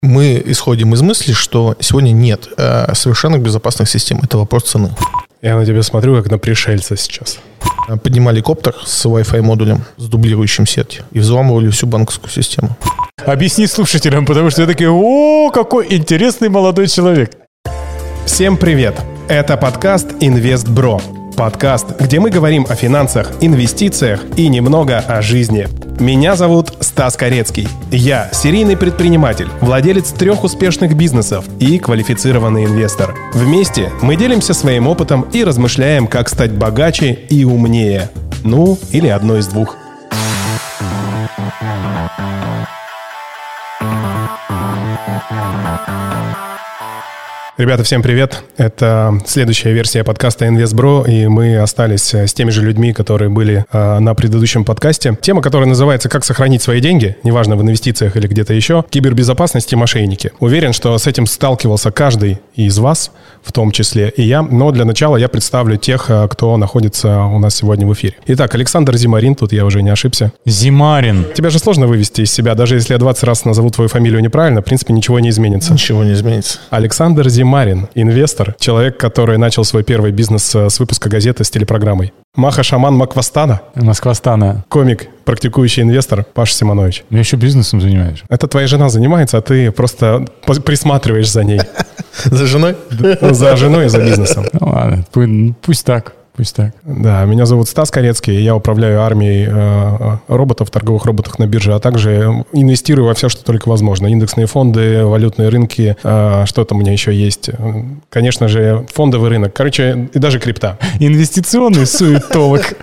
Мы исходим из мысли, что сегодня нет совершенно безопасных систем. Это вопрос цены. Я на тебя смотрю, как на пришельца сейчас. Поднимали коптер с Wi-Fi модулем, с дублирующим сеть, и взламывали всю банковскую систему. Объясни слушателям, потому что я такие: о, какой интересный молодой человек. Всем привет! Это подкаст «Инвестбро». Подкаст, где мы говорим о финансах, инвестициях и немного о жизни. Меня зовут Стас Корецкий. Я серийный предприниматель, владелец 3 успешных бизнесов и квалифицированный инвестор. Вместе мы делимся своим опытом и размышляем, как стать богаче и умнее. Ну, или одно из двух. Ребята, всем привет! Это следующая версия подкаста «Инвестбро», и мы остались с теми же людьми, которые были на предыдущем подкасте. Тема, которая называется «Как сохранить свои деньги», неважно, в инвестициях или где-то еще, кибербезопасность и мошенники. Уверен, что с этим сталкивался каждый из вас, в том числе и я, но для начала я представлю тех, кто находится у нас сегодня в эфире. Итак, Александр Зимарин, тут я уже не ошибся. Зимарин. Тебя же сложно вывести из себя, даже если я 20 раз назову твою фамилию неправильно, в принципе, ничего не изменится. Ничего не изменится. Александр Зимарин, инвестор, человек, который начал свой первый бизнес с выпуска газеты с телепрограммой. Маха-шаман Маквастана. Москвастана. Комик, практикующий инвестор Паша Симонович. Я еще бизнесом занимаюсь. Это твоя жена занимается, а ты просто присматриваешь за ней. За женой? За женой и за бизнесом. Ну ладно, пусть так. Пусть так. Да, меня зовут Стас Корецкий, я управляю армией роботов, торговых роботов на бирже, а также инвестирую во все, что только возможно. Индексные фонды, валютные рынки, что там у меня еще есть. Конечно же, фондовый рынок, короче, и даже крипта. Инвестиционный суетолог.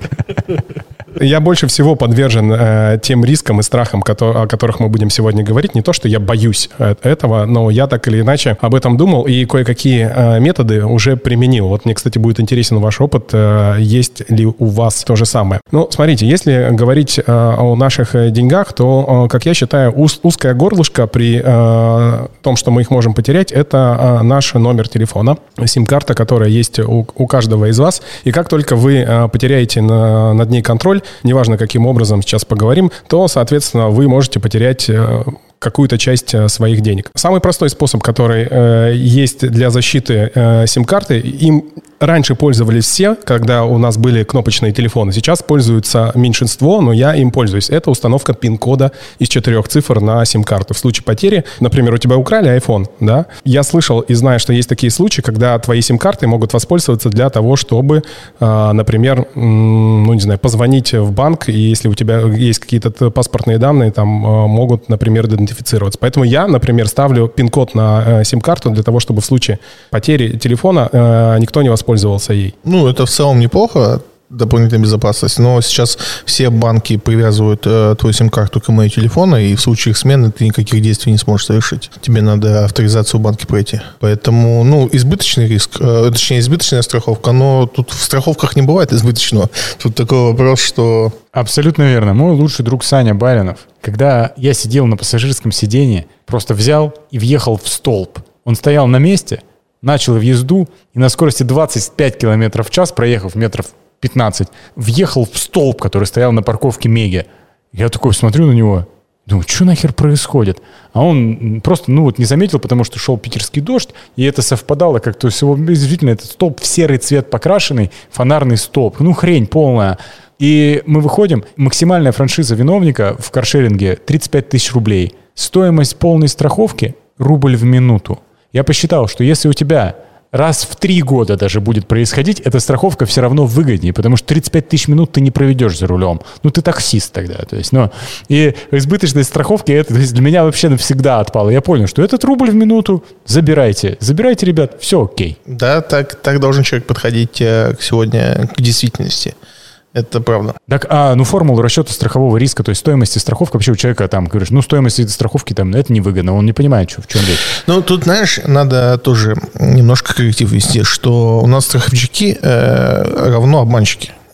Я больше всего подвержен тем рискам и страхам, о которых мы будем сегодня говорить. Не то, что я боюсь этого, но я так или иначе об этом думал и кое-какие методы уже применил. Вот мне, кстати, будет интересен ваш опыт. Есть ли у вас то же самое? Ну, смотрите, если говорить о наших деньгах, то, как я считаю, узкое горлышко при том, что мы их можем потерять, это наш номер телефона, сим-карта, которая есть у каждого из вас. И как только вы потеряете над ней контроль, неважно каким образом, сейчас поговорим, то, соответственно, вы можете потерять какую-то часть своих денег. Самый простой способ, который есть для защиты сим-карты, им раньше пользовались все, когда у нас были кнопочные телефоны. Сейчас пользуются меньшинство, но я им пользуюсь. Это установка пин-кода из 4 цифр на сим-карту. В случае потери, например, у тебя украли iPhone, да? Я слышал и знаю, что есть такие случаи, когда твои сим-карты могут воспользоваться для того, чтобы, например, ну, не знаю, позвонить в банк, и если у тебя есть какие-то паспортные данные, там могут, например, идентифицироваться. Поэтому я, например, ставлю пин-код на сим-карту для того, чтобы в случае потери телефона никто не воспользовался ей. Ну, это в целом неплохо, дополнительная безопасность, но сейчас все банки привязывают твою сим-карту к имейлу телефона, и в случае их смены ты никаких действий не сможешь совершить. Тебе надо авторизацию в банке пройти. Поэтому, ну, избыточный риск, точнее, избыточная страховка, но тут в страховках не бывает избыточного. Тут такой вопрос, что... Абсолютно верно. Мой лучший друг Саня Баринов, когда я сидел на пассажирском сиденье, просто взял и въехал в столб. Он стоял на месте, начал въезду, и на скорости 25 км в час, проехав метров 15, въехал в столб, который стоял на парковке Меги. Я такой смотрю на него, думаю, что нахер происходит? А он просто, ну вот, не заметил, потому что шел питерский дождь, и это совпадало как-то, действительно, этот столб в серый цвет покрашенный, фонарный столб. Ну, хрень полная. И мы выходим, максимальная франшиза виновника в каршеринге 35 тысяч рублей. Стоимость полной страховки – рубль в минуту. Я посчитал, что если у тебя раз в 3 года даже будет происходить, эта страховка все равно выгоднее, потому что 35 тысяч минут ты не проведешь за рулем. Ну, ты таксист тогда. То есть, ну, и избыточность страховки это, то есть для меня вообще навсегда отпала. Я понял, что этот рубль в минуту забирайте. Забирайте, ребят, все окей. Да, так должен человек подходить сегодня к действительности. Это правда. Так, ну формулу расчета страхового риска, то есть стоимости страховки, вообще у человека там, говоришь, ну стоимость этой страховки там, это невыгодно, он не понимает, в чем речь. Ну, тут, знаешь, надо тоже немножко корректив ввести, что у нас страховщики равно обманщики.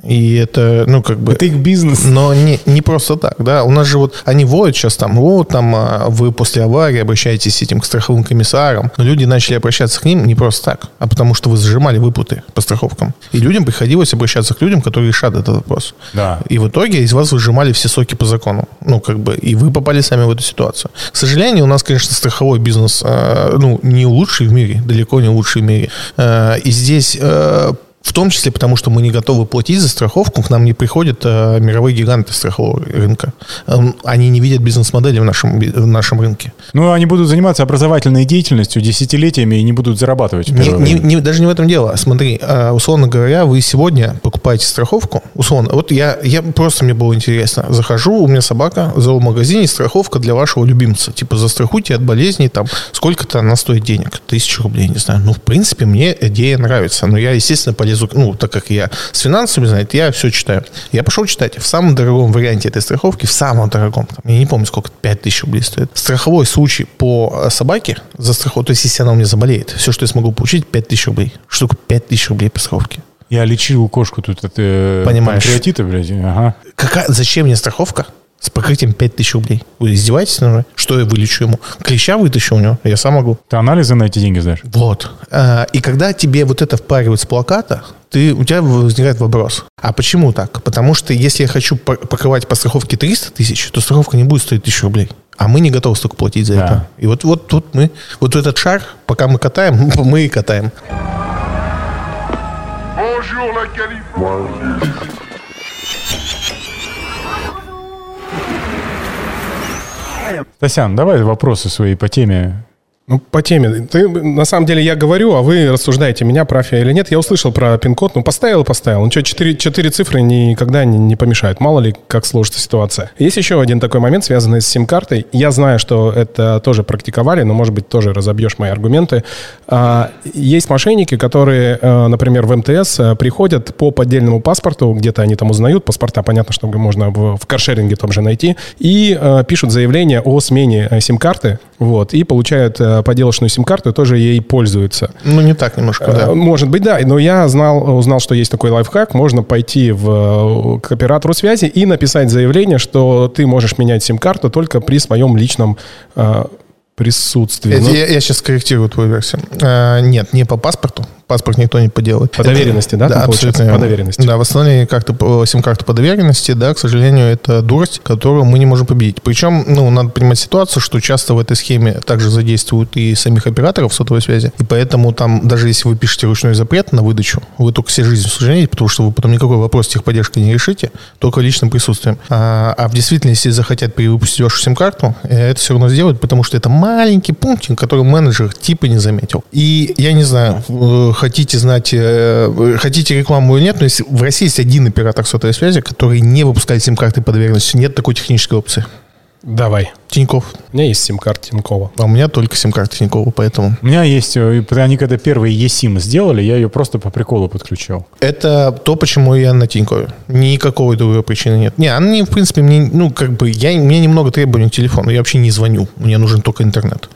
И это, Это их бизнес. Но не просто так, да. У нас же вот, они воют сейчас вы после аварии обращаетесь к страховым комиссарам. Но люди начали обращаться к ним не просто так, а потому что вы зажимали выплаты по страховкам. И людям приходилось обращаться к людям, которые решат этот вопрос. Да. И в итоге из вас выжимали все соки по закону. И вы попали сами в эту ситуацию. К сожалению, у нас, конечно, страховой бизнес, не лучший в мире, далеко не лучший в мире. И здесь... В том числе потому, что мы не готовы платить за страховку, к нам не приходят мировые гиганты страхового рынка. Они не видят бизнес-модели в нашем рынке. Они будут заниматься образовательной деятельностью десятилетиями и не будут зарабатывать. Даже не в этом дело. Смотри, условно говоря, вы сегодня покупаете страховку. Условно, вот я просто, мне было интересно. Захожу, у меня собака, в зоомагазине страховка для вашего любимца. Застрахуйте от болезней, сколько-то она стоит денег. 1000 рублей, не знаю. В принципе, мне идея нравится. Но я, естественно, полезу, так как я с финансами, я все читаю. Я пошел читать. В самом дорогом варианте этой страховки, в самом дорогом, я не помню, сколько, 5000 рублей стоит. Страховой случай по собаке за страховку, то есть, если она у меня заболеет, все, что я смогу получить, 5000 рублей. Штука 5000 рублей по страховке. Я лечил кошку тут от панкреатита, блядь. Ага. Зачем мне страховка? С покрытием 5000 рублей. Вы издеваетесь надо мной? Что я вылечу ему? Клеща вытащу у него? Я сам могу. Ты анализы на эти деньги сдаешь? Вот. И когда тебе вот это впаривают с плаката, у тебя возникает вопрос. А почему так? Потому что если я хочу покрывать по страховке 300 тысяч, то страховка не будет стоить 1000 рублей. А мы не готовы столько платить за это. И вот тут мы, вот этот шар, пока мы катаем, мы и катаем. Стасян, давай вопросы свои по теме. По теме. На самом деле я говорю, а вы рассуждаете, меня прав я или нет. Я услышал про пин-код, поставил. 4 цифры никогда не помешают. Мало ли, как сложится ситуация. Есть еще один такой момент, связанный с сим-картой. Я знаю, что это тоже практиковали, но, может быть, тоже разобьешь мои аргументы. Есть мошенники, которые, например, в МТС приходят по поддельному паспорту, где-то они там узнают, паспорта, понятно, что можно в каршеринге том же найти, и пишут заявление о смене сим-карты, и получают поделочную сим-карту, тоже ей пользуются. Не так немножко, да. Может быть, да, но я узнал, что есть такой лайфхак. Можно пойти к оператору связи и написать заявление, что ты можешь менять сим-карту только при своем личном присутствии. Я сейчас корректирую твою версию. Нет, не по паспорту. Паспорт никто не поделает. По доверенности, да? Да, абсолютно. По доверенности. Да, восстановление сим-карты по доверенности, да, к сожалению, это дурость, которую мы не можем победить. Причем, надо понимать ситуацию, что часто в этой схеме также задействуют и самих операторов сотовой связи, и поэтому там, даже если вы пишете ручной запрет на выдачу, вы только себе жизнь усложняете, потому что вы потом никакой вопрос техподдержки не решите, только личным присутствием. А в действительности, если захотят перевыпустить вашу сим-карту, это все равно сделают, потому что это маленький пунктик, который менеджер типа не заметил. И я не знаю, хотите знать, хотите рекламу или нет, но в России есть один оператор сотовой связи, который не выпускает сим-карты по доверенности. Нет такой технической опции. Давай. Тинькофф. У меня есть сим-карта Тинькова. А у меня только сим-карта Тинькова, поэтому... У меня есть, они когда первые eSIM сделали, я ее просто по приколу подключал. Это то, почему я на Тинькове. Никакой другой причины нет. Они, в принципе, мне, у меня немного требований к телефону. Я вообще не звоню. Мне нужен только интернет.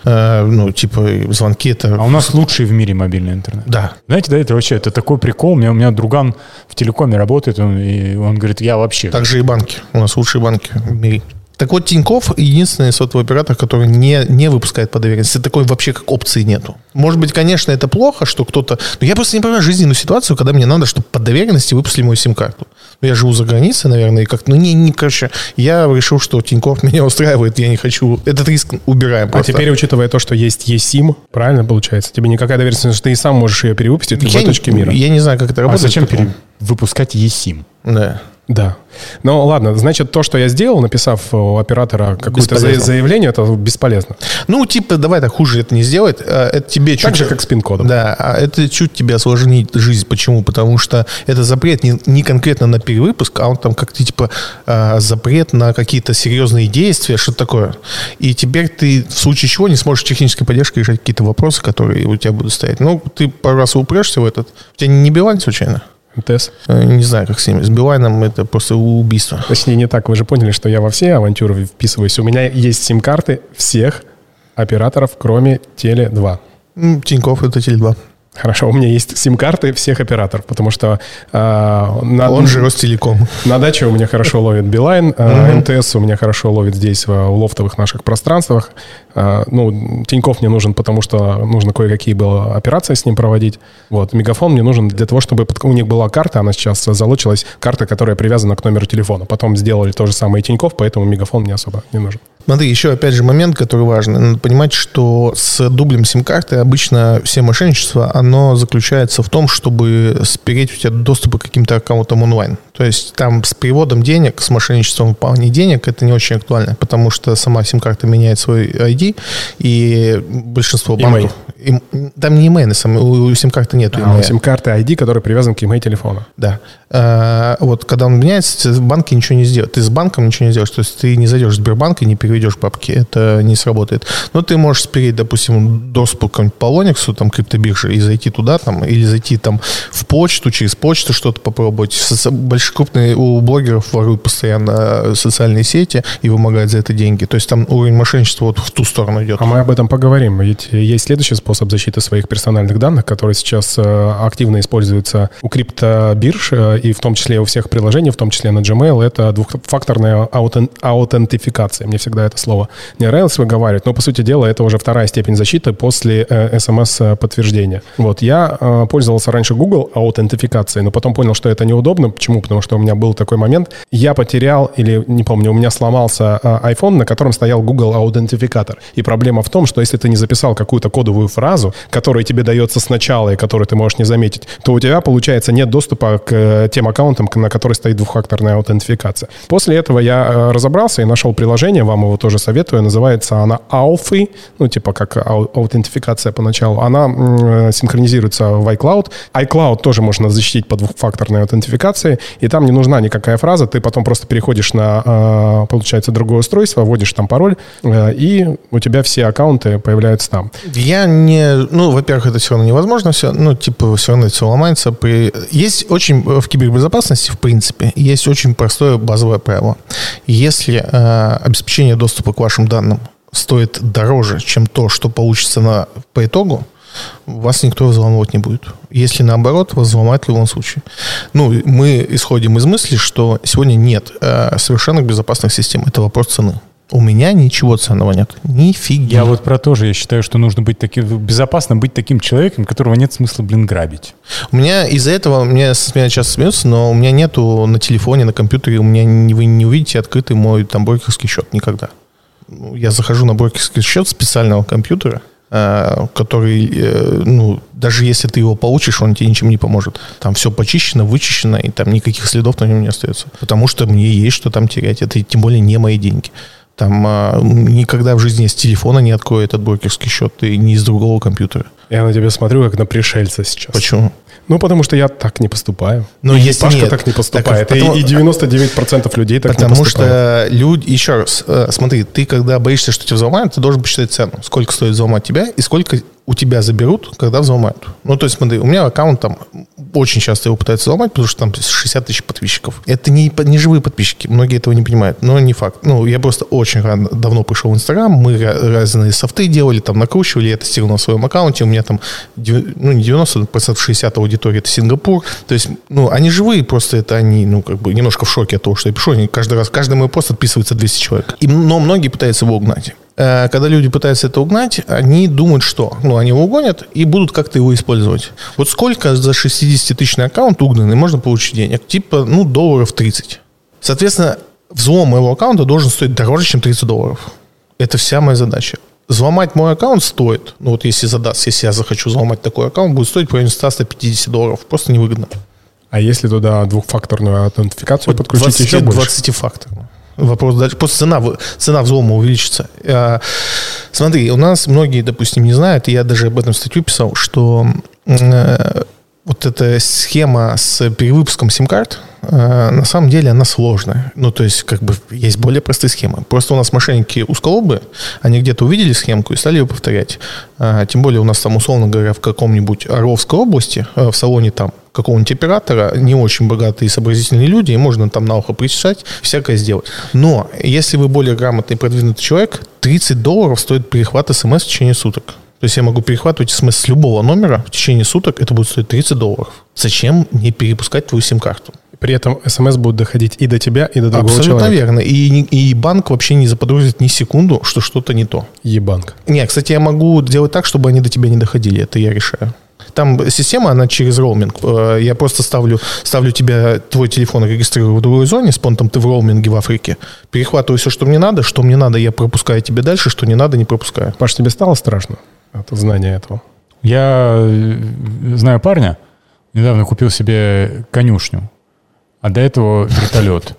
Звонки это... А у нас лучший в мире мобильный интернет. Да. Знаете, да, это такой прикол. У меня друган в телекоме работает, и он говорит, я вообще... Также и банки. У нас лучшие банки в мире. Так вот, Тинькофф единственный сотовый оператор, который не выпускает по доверенности. Такой вообще как опции нету. Может быть, конечно, это плохо, что кто-то... Но я просто не понимаю жизненную ситуацию, когда мне надо, чтобы по доверенности выпустили мою сим-карту. Я живу за границей, наверное, и как-то... короче, я решил, что Тинькофф меня устраивает, я не хочу... Этот риск убираем просто. А теперь, учитывая то, что есть eSIM, правильно получается? Тебе никакая доверенность, что ты и сам можешь ее перевыпустить в любой точке мира. Я не знаю, как это работает. А зачем выпускать eSIM? Да. Да. Ну, ладно, значит, то, что я сделал, написав у оператора какое-то заявление, это бесполезно. Давай так, хуже это не сделать. Это тебе так же, как с пин-кодом. Да, это чуть тебе осложнит жизнь. Почему? Потому что это запрет не конкретно на перевыпуск, а он там как-то запрет на какие-то серьезные действия, что-то такое. И теперь ты в случае чего не сможешь технической поддержкой решать какие-то вопросы, которые у тебя будут стоять. Ты пару раз упрешься в этот. У тебя не Билайн случайно? МТС? Не знаю, как с ними. С Билайном это просто убийство. Точнее, не так. Вы же поняли, что я во все авантюры вписываюсь. У меня есть сим-карты всех операторов, кроме Теле2. Тинькофф это Теле2. Хорошо, у меня есть сим-карты всех операторов, потому что... Он же Ростелеком. На даче у меня хорошо ловит Билайн, МТС у меня хорошо ловит здесь, в лофтовых наших пространствах. Тинькофф мне нужен, потому что нужно кое-какие было операции с ним проводить. Вот, Мегафон мне нужен для того, чтобы... У них была карта, она сейчас залочилась, карта, которая привязана к номеру телефона. Потом сделали то же самое и Тинькофф, поэтому Мегафон мне особо не нужен. Смотри, еще опять же момент, который важный. Надо понимать, что с дублем сим-карты обычно все мошенничество, оно заключается в том, чтобы спереть у тебя доступ к каким-то аккаунтам онлайн. То есть там с переводом денег, с мошенничеством выполнения денег это не очень актуально, потому что сама сим-карта меняет свой ID, и большинство банков... Там не email, у сим-карты нет email. У сим-карты ID, который привязан к email телефону. Да. Вот когда он меняется, банки ничего не сделают. Ты с банком ничего не сделаешь. То есть ты не зайдешь в Сбербанк и не переведешь бабки. Это не сработает. Но ты можешь спереть, допустим, доступ к какому-нибудь Polonix, там, криптобирже, и зайти туда, там, или зайти там в почту, через почту что-то попробовать. Большие крупные у блогеров воруют постоянно социальные сети и вымогают за это деньги. То есть там уровень мошенничества вот в ту сторону идет. А мы об этом поговорим. Ведь есть следующий способ защиты своих персональных данных, который сейчас активно используется у криптобирж, и в том числе у всех приложений, в том числе на Gmail, это двухфакторная аутентификация. Мне всегда это слово не нравилось выговаривать, но, по сути дела, это уже вторая степень защиты после SMS-подтверждения. Вот, я пользовался раньше Google аутентификацией, но потом понял, что это неудобно. Почему? Потому что у меня был такой момент, я потерял, или, не помню, у меня сломался iPhone, на котором стоял Google аутентификатор. И проблема в том, что если ты не записал какую-то кодовую фразу, которая тебе дается сначала и которую ты можешь не заметить, то у тебя, получается, нет доступа к тем аккаунтам, на которых стоит двухфакторная аутентификация. После этого я разобрался и нашел приложение, вам его тоже советую, называется она Authy, типа как аутентификация поначалу. Она синхронизируется в iCloud. iCloud тоже можно защитить по двухфакторной аутентификации, и там не нужна никакая фраза, ты потом просто переходишь на, получается, другое устройство, вводишь там пароль, и у тебя все аккаунты появляются там. Во-первых, это все равно невозможно, все равно это все ломается. Есть очень, в кибербезопасности, в принципе, есть очень простое базовое правило. Если обеспечение доступа к вашим данным стоит дороже, чем то, что получится по итогу, вас никто взламывать не будет. Если наоборот, вас взломают в любом случае. Мы исходим из мысли, что сегодня нет совершенных безопасных систем. Это вопрос цены. У меня ничего ценного нет. Нифига. Я вот про то же. Я считаю, что нужно быть безопасно быть таким человеком, которого нет смысла, грабить. У меня из-за этого, меня часто смеются, но у меня нету на телефоне, на компьютере, вы не увидите открытый мой там брокерский счет никогда. Я захожу на брокерский счет специального компьютера, который, даже если ты его получишь, он тебе ничем не поможет. Там все почищено, вычищено, и там никаких следов на нем не остается. Потому что мне есть что там терять. Это тем более не мои деньги. Там никогда в жизни я с телефона не открою этот брокерский счет и не из другого компьютера. Я на тебя смотрю, как на пришельца сейчас. Почему? Потому что я так не поступаю. Но если Пашка нет, так не поступает. И 99% людей так не поступают. Потому что люди... Еще раз, смотри, ты когда боишься, что тебя взломают, ты должен посчитать цену. Сколько стоит взломать тебя и сколько у тебя заберут, когда взломают. То есть, смотри, у меня аккаунт там очень часто его пытаются взломать, потому что там 60 тысяч подписчиков. Это не живые подписчики, многие этого не понимают, но не факт. Я просто очень давно пришел в Инстаграм, мы разные софты делали, там накручивали, я тестировал на своем аккаунте, у меня там не 90%, 60 аудитории это Сингапур. То есть, они живые, просто это они, немножко в шоке от того, что я пишу. Они каждый мой пост отписывается 200 человек. Но многие пытаются его угнать. Когда люди пытаются это угнать, они думают, что они его угонят и будут как-то его использовать. Вот сколько за 60-тысячный аккаунт угнанный можно получить денег? $30. Соответственно, взлом моего аккаунта должен стоить дороже, чем $30. Это вся моя задача. Взломать мой аккаунт стоит, если я захочу взломать такой аккаунт, будет стоить примерно $100-150. Просто невыгодно. А если туда двухфакторную аутентификацию подключить еще больше? 20-факторную. Вопрос дальше. Просто цена взлома увеличится. Смотри, у нас многие, допустим, не знают, и я даже об этом статью писал, что вот эта схема с перевыпуском сим-карт, на самом деле она сложная. То есть, есть более простые схемы. Просто у нас мошенники узколобые, они где-то увидели схемку и стали ее повторять. Тем более у нас там, условно говоря, в каком-нибудь Орловской области, в салоне там какого-нибудь оператора, не очень богатые и сообразительные люди, и можно там на ухо причесать, всякое сделать. Но если вы более грамотный и продвинутый человек, $30 стоит перехват СМС в течение суток. То есть я могу перехватывать смс с любого номера в течение суток, это будет стоить $30. Зачем мне перепускать твою сим-карту? При этом смс будут доходить и до тебя, и до другого Абсолютно человека. верно. И банк вообще не заподозрит ни секунду, что что-то не то. Е-банк. Не, кстати, я могу делать так, чтобы они до тебя не доходили. Это я решаю. Там система, она через роуминг. Я просто ставлю тебя, твой телефон регистрирую в другой зоне, с понтом ты в роуминге в Африке. Перехватываю все, что мне надо, я пропускаю тебе дальше, что не надо, не пропускаю. Паш, тебе стало страшно от знания этого? Я знаю парня, недавно купил себе конюшню, а до этого вертолет.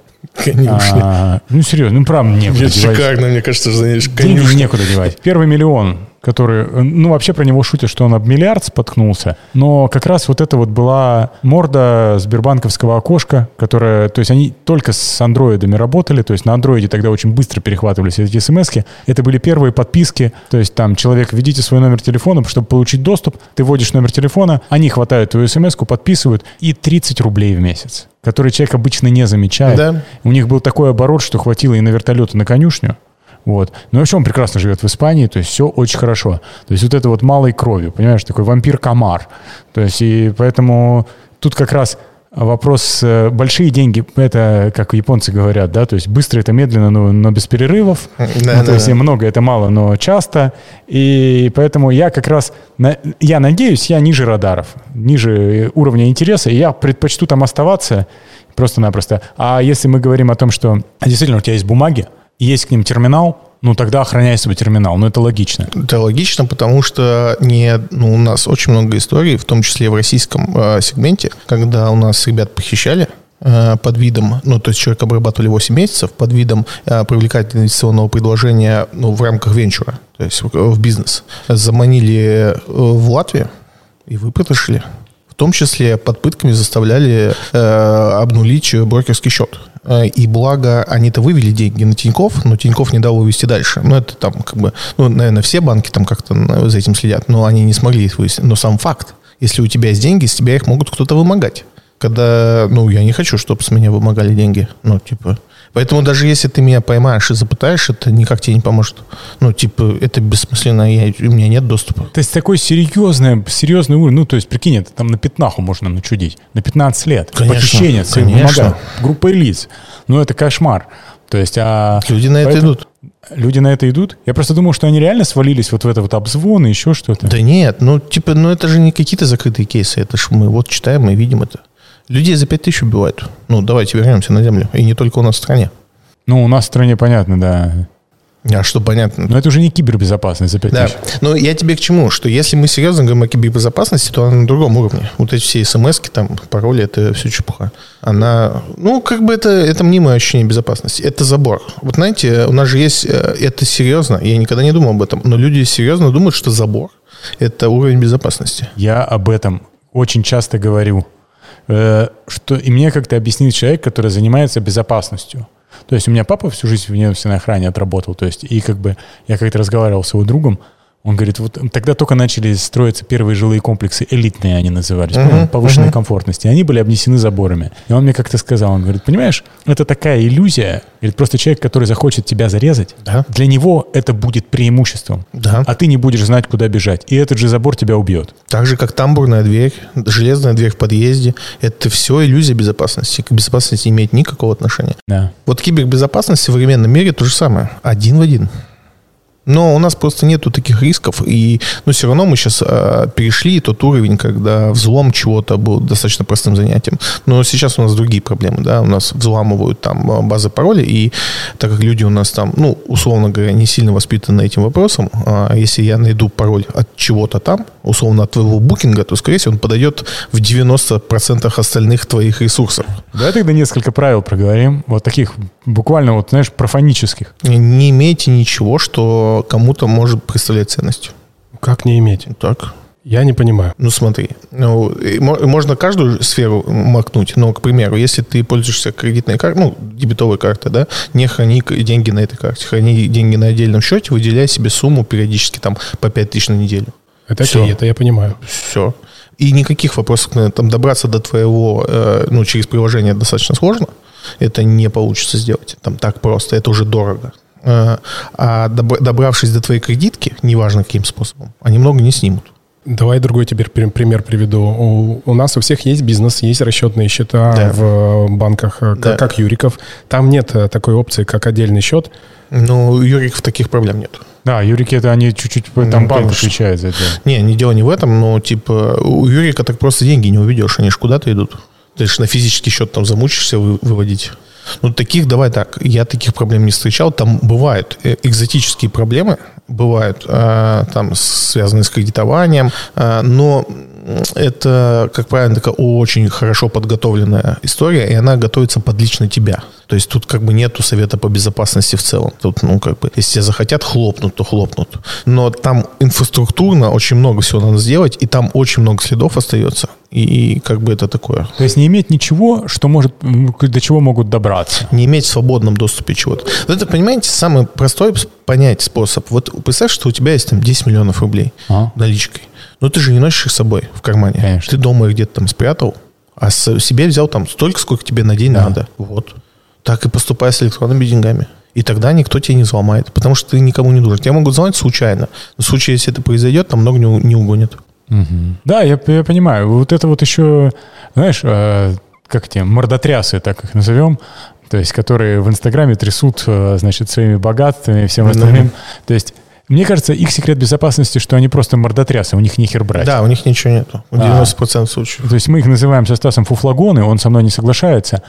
Конечно. Ну, серьезно, правда, некуда Это девать. шикарно, мне кажется, знаешь, Деньги некуда девать. Первый миллион, который... Ну, вообще про него шутят, что он об миллиард споткнулся. Но как раз вот это вот была морда сбербанковского окошка, которая... То есть они только с андроидами работали. То есть на андроиде тогда очень быстро перехватывались эти смс-ки. Это были первые подписки. То есть там человек, введите свой номер телефона, чтобы получить доступ. Ты вводишь номер телефона, они хватают твою смс-ку, подписывают. И 30 рублей в месяц, который человек обычно не замечает. Да. У них был такой оборот, что хватило и на вертолет, и на конюшню. Вот. Но вообще он прекрасно живет в Испании, то есть все очень хорошо. То есть вот это вот малой кровью, понимаешь, такой вампир-комар. То есть и поэтому тут как раз вопрос, большие деньги, это, как японцы говорят, да, то есть быстро это медленно, но без перерывов. То есть много это мало, но часто. И поэтому я как раз, я надеюсь, я ниже радаров, ниже уровня интереса, и я предпочту там оставаться просто-напросто. А если мы говорим о том, что действительно у тебя есть бумаги, и есть к ним терминал, ну тогда охраняй свой терминал. Ну это логично. Это логично, потому что у нас очень много историй, в том числе в российском сегменте, когда у нас ребят похищали под видом, то есть человека обрабатывали 8 месяцев под видом привлекательного инвестиционного предложения в рамках венчура, то есть в бизнес. Заманили в Латвию и выпотрошили. В том числе под пытками заставляли обнулить брокерский счет. И благо они-то вывели деньги на Тинькофф, но Тинькофф не дал вывести дальше. Это там наверное, все банки там как-то за этим следят, но они не смогли их вывести. Но сам факт, если у тебя есть деньги, с тебя их могут кто-то вымогать. Когда, я не хочу, чтобы с меня вымогали деньги. Поэтому даже если ты меня поймаешь и запытаешь, это никак тебе не поможет. Это бессмысленно, у меня нет доступа. То есть такой серьезный уровень. То есть, прикинь, это там на пятнаху можно начудить. На 15 лет. Конечно, похищение, конечно. Группой лиц. Это кошмар. То есть, люди на это идут. Люди на это идут? Я просто думал, что они реально свалились вот в это вот обзвон и еще что-то. Да нет, это же не какие-то закрытые кейсы. Это ж мы читаем и видим это. Людей за 5000 убивают. Давайте вернемся на землю. И не только у нас в стране. У нас в стране понятно, да. А что понятно? Но это уже не кибербезопасность за 5000. Да. Но я тебе к чему? Что если мы серьезно говорим о кибербезопасности, то она на другом уровне. Вот эти все смс-ки, пароли, это все чепуха. Она, это мнимое ощущение безопасности. Это забор. Вот знаете, у нас же есть, это серьезно, я никогда не думал об этом, но люди серьезно думают, что забор – это уровень безопасности. Я об этом очень часто говорю. И мне как-то объяснил человек, который занимается безопасностью. То есть у меня папа всю жизнь в ведомственной охране отработал. То есть, и я как-то разговаривал с его другом. Он говорит, вот тогда только начали строиться первые жилые комплексы, элитные они назывались, повышенной комфортности. Они были обнесены заборами. И он мне как-то сказал, он говорит, понимаешь, это такая иллюзия. Говорит, просто человек, который захочет тебя зарезать, для него это будет преимуществом. Да. А ты не будешь знать, куда бежать. И этот же забор тебя убьет. Так же, как тамбурная дверь, железная дверь в подъезде. Это все иллюзия безопасности. К безопасности не имеет никакого отношения. Да. Вот кибербезопасность в современном мире то же самое. Один в один. Но у нас просто нету таких рисков, и все равно мы сейчас перешли тот уровень, когда взлом чего-то был достаточно простым занятием. Но сейчас у нас другие проблемы, да, у нас взламывают там базы паролей, и так как люди у нас там, условно говоря, не сильно воспитаны этим вопросом, если я найду пароль от чего-то там, условно от твоего букинга, то, скорее всего, он подойдет в 90% остальных твоих ресурсов. Давай тогда несколько правил проговорим, вот таких буквально, профанических. Не имейте ничего, что кому-то может представлять ценностью. Как не иметь? Так. Я не понимаю. Смотри, можно каждую сферу макнуть, но, к примеру, если ты пользуешься кредитной картой, дебетовой картой, да, не храни деньги на этой карте, храни деньги на отдельном счете, выделяй себе сумму периодически по 5000 на неделю. Это окей, это я понимаю. Все. И никаких вопросов, добраться до твоего, через приложение достаточно сложно, это не получится сделать так просто, это уже дорого. А добравшись до твоей кредитки, неважно каким способом, они много не снимут. Давай другой теперь пример приведу. У нас у всех есть бизнес, есть расчетные счета в банках, как Юриков. Там нет такой опции, как отдельный счет. Ну, у Юриков таких проблем нет. Да, Юрики это они чуть-чуть, там банк отвечает за это. Не дело не в этом, но типа у Юрика так просто деньги не уведешь, они же куда-то идут. Ты же на физический счет там замучишься выводить. Ну, таких, давай так, я таких проблем не встречал. Там бывают экзотические проблемы, бывают там связанные с кредитованием, но это, как правило, такая очень хорошо подготовленная история, и она готовится под лично тебя. То есть тут как бы нету совета по безопасности в целом. Тут, ну, как бы, если тебя захотят хлопнуть, то хлопнут. Но там инфраструктурно очень много всего надо сделать, и там очень много следов остается. И как бы это такое. То есть не иметь ничего, что может, до чего могут добраться. Не иметь в свободном доступе чего-то. Вот это, понимаете, самый простой понять способ. Вот представь, что у тебя есть там 10 миллионов рублей наличкой. Но ты же не носишь их с собой в кармане. Конечно. Ты дома их где-то там спрятал, а себе взял там столько, сколько тебе на день надо. Вот. Так и поступай с электронными деньгами. И тогда никто тебя не взломает, потому что ты никому не нужен. Тебя могут взломать случайно. Но в случае, если это произойдет, там много не угонят. Угу. Да, я понимаю. Вот это вот еще, знаешь, как те мордотрясы, так их назовем, то есть которые в Инстаграме трясут, значит, своими богатствами и всем остальным. То есть мне кажется, их секрет безопасности, что они просто мордотрясы, у них нехер брать. Да, у них ничего нету. В 90% случаев. То есть мы их называем со Стасом фуфлагоны, он со мной не соглашается.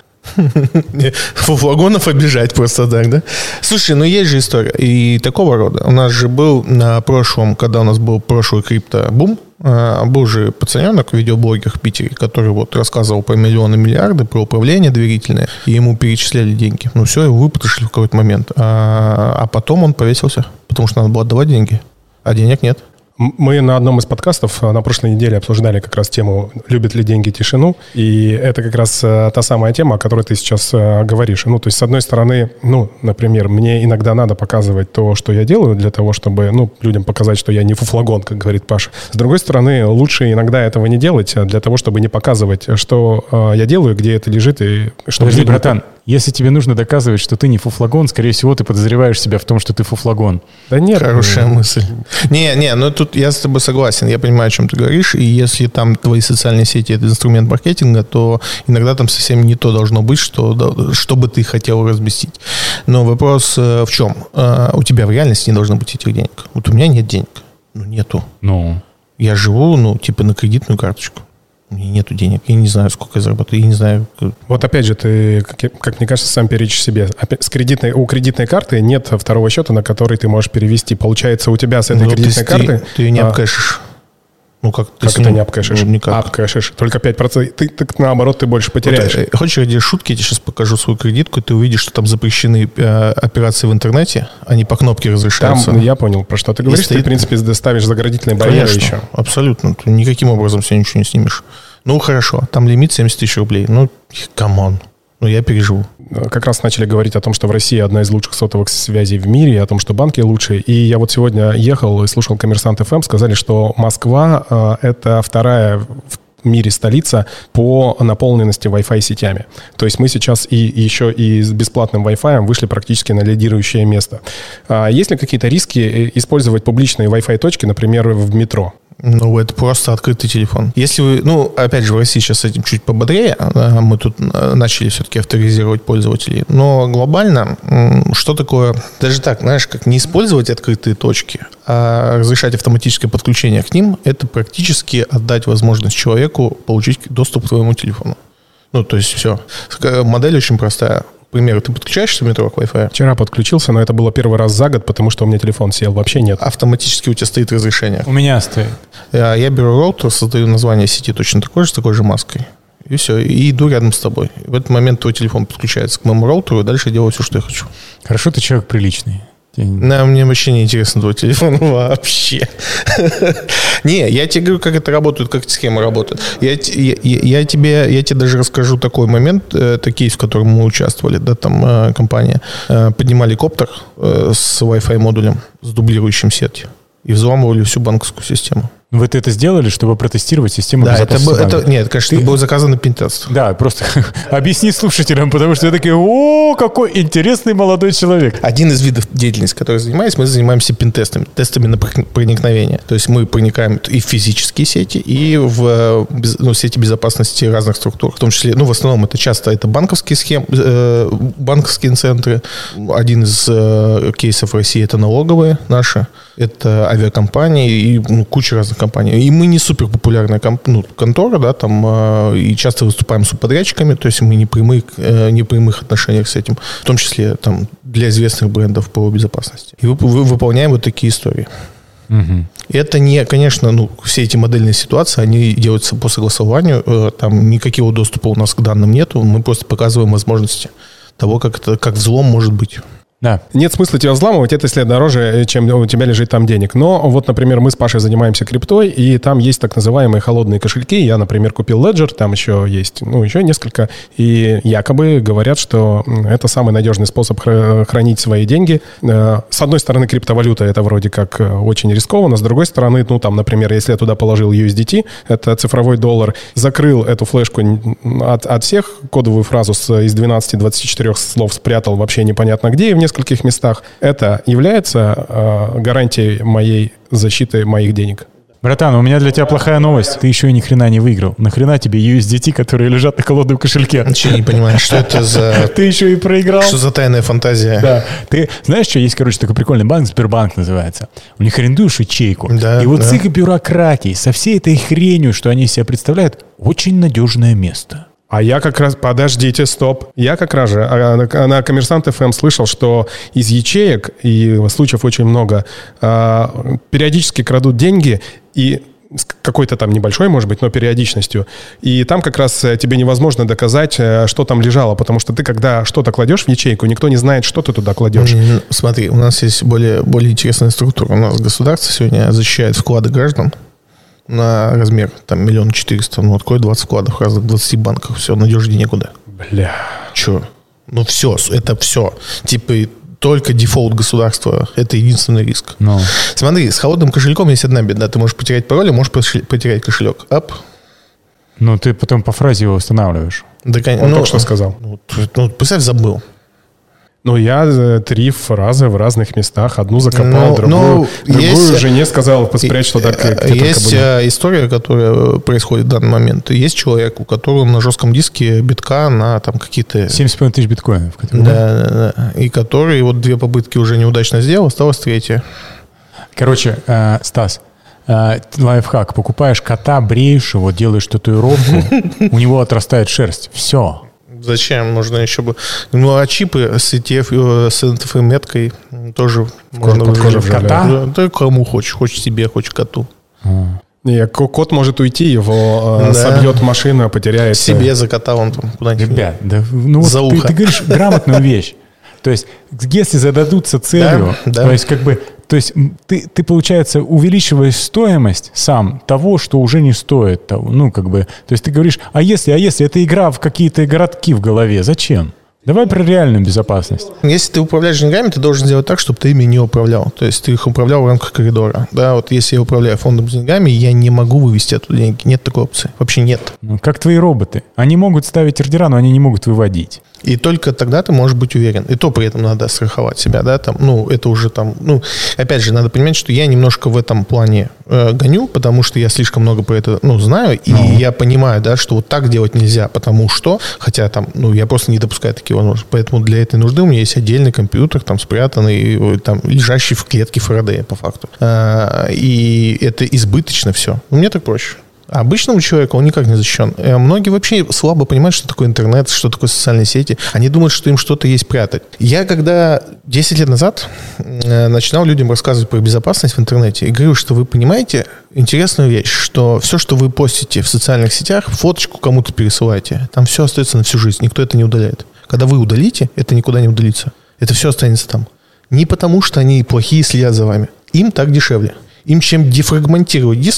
Фуфлагонов обижать просто так, да? Слушай, ну есть же история и такого рода. У нас же был на прошлом, когда у нас был прошлый крипто-бум, был же пацаненок, видеоблогер в Питере, который вот рассказывал про миллионы, миллиарды, про управление доверительное, и ему перечисляли деньги. Ну все, его выпотрошили в какой-то момент. А потом он повесился, потому что надо было отдавать деньги, а денег нет. Мы на одном из подкастов на прошлой неделе обсуждали как раз тему «Любят ли деньги тишину?». И это как раз та самая тема, о которой ты сейчас говоришь. Ну, то есть, с одной стороны, ну, например, мне иногда надо показывать то, что я делаю, для того, чтобы, ну, людям показать, что я не фуфлагон, как говорит Паша. С другой стороны, лучше иногда этого не делать, для того, чтобы не показывать, что я делаю, где это лежит. И чтобы Подожди, братан, если тебе нужно доказывать, что ты не фуфлагон, скорее всего, ты подозреваешь себя в том, что ты фуфлагон. Да нет. Хорошая мысль. Не, ну тут я с тобой согласен. Я понимаю, о чем ты говоришь. И если там твои социальные сети — это инструмент маркетинга, то иногда там совсем не то должно быть, что бы ты хотел разместить. Но вопрос в чем? У тебя в реальности не должно быть этих денег. Вот у меня нет денег. Ну, нету. Я живу, ну, типа на кредитную карточку. У меня нету денег, я не знаю, сколько я заработаю, я не знаю. Вот опять же, ты, как мне кажется, сам перечишь себе. У кредитной карты нет второго счета, на который ты можешь перевести. Получается, у тебя с этой кредитной карты... Ты ее не обкэшишь. Ну, как это не обкэшишь? Ну, никак. Обкэшишь. Только 5%. Ты наоборот, ты больше потеряешь. Вот, хочешь, ради шутки, я тебе сейчас покажу свою кредитку, и ты увидишь, что там запрещены операции в интернете, они по кнопке разрешаются. Там, я понял, про что ты говоришь. Ты, в принципе, ставишь заградительные барьеры еще. Абсолютно. Ты никаким образом себе ничего не снимешь. Ну, хорошо, там лимит 70 тысяч рублей. Ну, камон. Ну, я переживу. Как раз начали говорить о том, что в России одна из лучших сотовых связей в мире, о том, что банки лучшие. И я вот сегодня ехал и слушал «Коммерсант ФМ», сказали, что Москва — это вторая в мире столица по наполненности Wi-Fi сетями. То есть мы сейчас еще и с бесплатным Wi-Fi вышли практически на лидирующее место. Есть ли какие-то риски использовать публичные Wi-Fi точки, например, в метро? Ну, это просто открытый телефон. Если вы, ну, опять же, в России сейчас с этим чуть пободрее, мы тут начали все-таки авторизировать пользователей, но глобально, что такое, даже так, знаешь, как не использовать открытые точки, а разрешать автоматическое подключение к ним, это практически отдать возможность человеку получить доступ к твоему телефону. Ну, то есть все. Модель очень простая. К примеру, ты подключаешься в метро к Wi-Fi? Вчера подключился, но это было первый раз за год, потому что у меня телефон сел. Вообще нет. Автоматически у тебя стоит разрешение. У меня стоит. Я беру роутер, создаю название сети точно такой же, с такой же маской. И все. И иду рядом с тобой. В этот момент твой телефон подключается к моему роутеру, и дальше я делаю все, что я хочу. Хорошо, ты человек приличный. Мне вообще не интересно твой телефон вообще. Не, я тебе говорю, как это работает, как эти схемы работают. Я тебе даже расскажу такой момент, кейс, в котором мы участвовали, да, там компания. Поднимали коптер с Wi-Fi модулем, с дублирующим сетью, и взламывали всю банковскую систему. Вы это сделали, чтобы протестировать систему Да, безопасности? Нет, конечно, это был заказан пентест. Да, просто объясни слушателям, потому что я такие, о, какой интересный молодой человек. Один из видов деятельности, который занимаюсь, мы занимаемся пентестами, тестами на проникновение. То есть мы проникаем и в физические сети, и в сети безопасности разных структур. В том числе, в основном это часто банковские схемы, банковские центры. Один из кейсов в России это налоговые наши, это авиакомпании и куча разных компаний. И мы не супер популярная контора, да, там, и часто выступаем с субподрядчиками, то есть мы не в прямых отношениях с этим, в том числе там, для известных брендов по безопасности. И выполняем вот такие истории. Угу. Это не, конечно, все эти модельные ситуации, они делаются по согласованию, там никакого доступа у нас к данным нету, мы просто показываем возможности того, как взлом может быть. Да. Нет смысла тебя взламывать, это если дороже, чем у тебя лежит там денег. Но вот, например, мы с Пашей занимаемся криптой, и там есть так называемые холодные кошельки. Я, например, купил Ledger, там еще есть, еще несколько. И якобы говорят, что это самый надежный способ хранить свои деньги. С одной стороны, криптовалюта это вроде как очень рискованно. С другой стороны, там, например, если я туда положил USDT, это цифровой доллар, закрыл эту флешку от всех, кодовую фразу из 12-24 слов спрятал вообще непонятно где и в нескольких местах. Это является гарантией моей защиты моих денег? Братан, у меня для тебя плохая новость. Ты еще и ни хрена не выиграл. Нахрена тебе USDT, которые лежат на холодном кошельке? Ничего не понимаешь, что это за... Ты еще и проиграл. Что за тайная фантазия? Да. Ты знаешь, что есть, такой прикольный банк, Сбербанк называется. У них арендуешь ячейку. Да, и вот с их бюрократией, со всей этой хренью, что они из себя представляют, очень надежное место. А я как раз... Подождите, стоп. Я как раз же на Коммерсант ФМ слышал, что из ячеек, и случаев очень много, периодически крадут деньги, и с какой-то там небольшой, может быть, но периодичностью. И там как раз тебе невозможно доказать, что там лежало, потому что ты, когда что-то кладешь в ячейку, никто не знает, что ты туда кладешь. Смотри, у нас есть более интересная структура. У нас государство сегодня защищает вклады граждан на размер, там, 1 400 000, открой 20 вкладов в разных 20 банках, все, надежнее некуда. Бля. Че? Все, это все. Типа, только дефолт государства, это единственный риск. No. Смотри, с холодным кошельком есть одна беда. Ты можешь потерять пароль, а можешь потерять кошелек. Ап. Ты потом по фразе его восстанавливаешь. Да, он только что сказал. Представь, забыл. Я 3 фразы в разных местах. Одну закопал, другую жене сказал, спрячь, что так. Есть история, которая происходит в данный момент. Есть человек, у которого на жестком диске битка на там какие-то... 75 тысяч биткоинов. Да. И который 2 попытки уже неудачно сделал, осталась 3. Короче, Стас, лайфхак. Покупаешь кота, бреешь его, делаешь татуировку, у него отрастает шерсть. Все. Зачем? Нужно еще бы... а чипы с ETF, с NTF-меткой тоже можно выжить. Кота? Да, кому хочешь. Хочешь себе, хочешь коту. Кот может уйти, его собьет машина, потеряет. Себе за кота он там куда-нибудь. Ребят, за ухо. Ты говоришь грамотную вещь. То есть, если зададутся целью, то есть ты, получается, увеличиваешь стоимость сам того, что уже не стоит того. То есть ты говоришь, а если это игра в какие-то городки в голове, зачем? Давай про реальную безопасность. Если ты управляешь деньгами, ты должен сделать так, чтобы ты ими не управлял. То есть ты их управлял в рамках коридора. Да, вот если я управляю фондом с деньгами, я не могу вывести оттуда деньги. Нет такой опции. Вообще нет. Как твои роботы. Они могут ставить ордера, но они не могут выводить. И только тогда ты можешь быть уверен. И то при этом надо страховать себя, да, там, это уже там, опять же, надо понимать, что я немножко в этом плане гоню, потому что я слишком много про это, знаю, и я понимаю, да, что вот так делать нельзя, потому что, хотя там, я просто не допускаю такие возможности. Поэтому для этой нужды у меня есть отдельный компьютер, там, спрятанный, там, лежащий в клетке Фарадея, по факту. И это избыточно все. Мне так проще. А обычному человеку он никак не защищен. Многие вообще слабо понимают, что такое интернет, что такое социальные сети. Они думают, что им что-то есть прятать. Я когда 10 лет назад начинал людям рассказывать про безопасность в интернете, и говорю, что вы понимаете интересную вещь, что все, что вы постите в социальных сетях, фоточку кому-то пересылаете, там все остается на всю жизнь, никто это не удаляет. Когда вы удалите, это никуда не удалится. Это все останется там. Не потому, что они плохие следят за вами. Им так дешевле. Им чем дефрагментировать диск,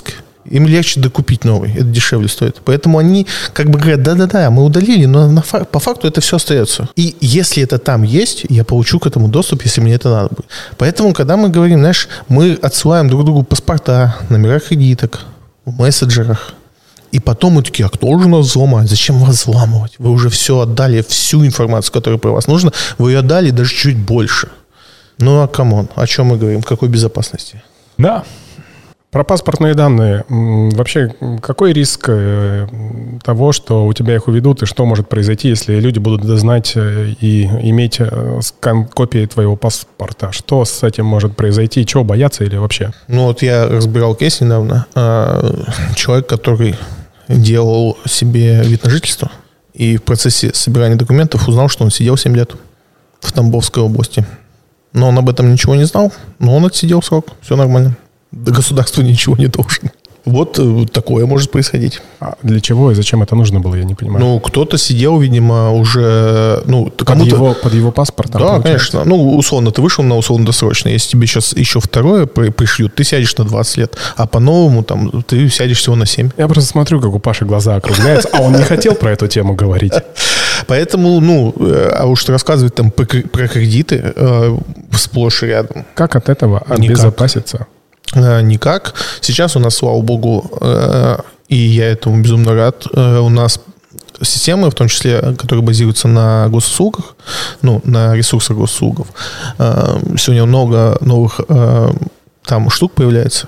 Им легче докупить новый, это дешевле стоит. Поэтому они как бы говорят, да-да-да, мы удалили, но по факту это все остается. И если это там есть, я получу к этому доступ, если мне это надо будет. Поэтому, когда мы говорим, знаешь, мы отсылаем друг другу паспорта, номера кредиток в мессенджерах, и потом мы такие, а кто же нас взломает? Зачем вас взламывать? Вы уже все отдали, всю информацию, которая про вас нужна, вы ее отдали даже чуть больше. Ну, а камон, о чем мы говорим? Какой безопасности? Да. Про паспортные данные. Вообще, какой риск того, что у тебя их уведут, и что может произойти, если люди будут знать и иметь скан-копии твоего паспорта? Что с этим может произойти? Чего бояться или вообще? Ну, вот я разбирал кейс недавно. Человек, который делал себе вид на жительство, и в процессе собирания документов узнал, что он сидел 7 лет в Тамбовской области. Но он об этом ничего не знал, но он отсидел срок. Все нормально. Государству ничего не должен. Вот такое может происходить. А для чего и зачем это нужно было, я не понимаю. Ну, кто-то сидел, видимо, уже... кому-то... Под его паспортом? Да, конечно. Ну, условно, ты вышел на условно-досрочно. Если тебе сейчас еще второе пришлют, ты сядешь на 20 лет. А по-новому там ты сядешь всего на 7. Я просто смотрю, как у Паши глаза округляются, а он не хотел про эту тему говорить. Поэтому, а уж рассказывать там про кредиты сплошь и рядом. Как от этого обезопаситься? Никак. Сейчас у нас, слава богу, и я этому безумно рад, у нас системы, в том числе, которые базируются на госуслугах, на ресурсах госуслугов. Сегодня много новых там штук появляется.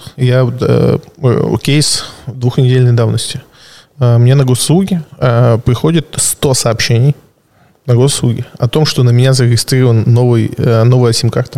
Кейс 2-недельной давности. Мне на госуслуги приходит 100 сообщений на госуслуги о том, что на меня зарегистрирована новая сим-карта.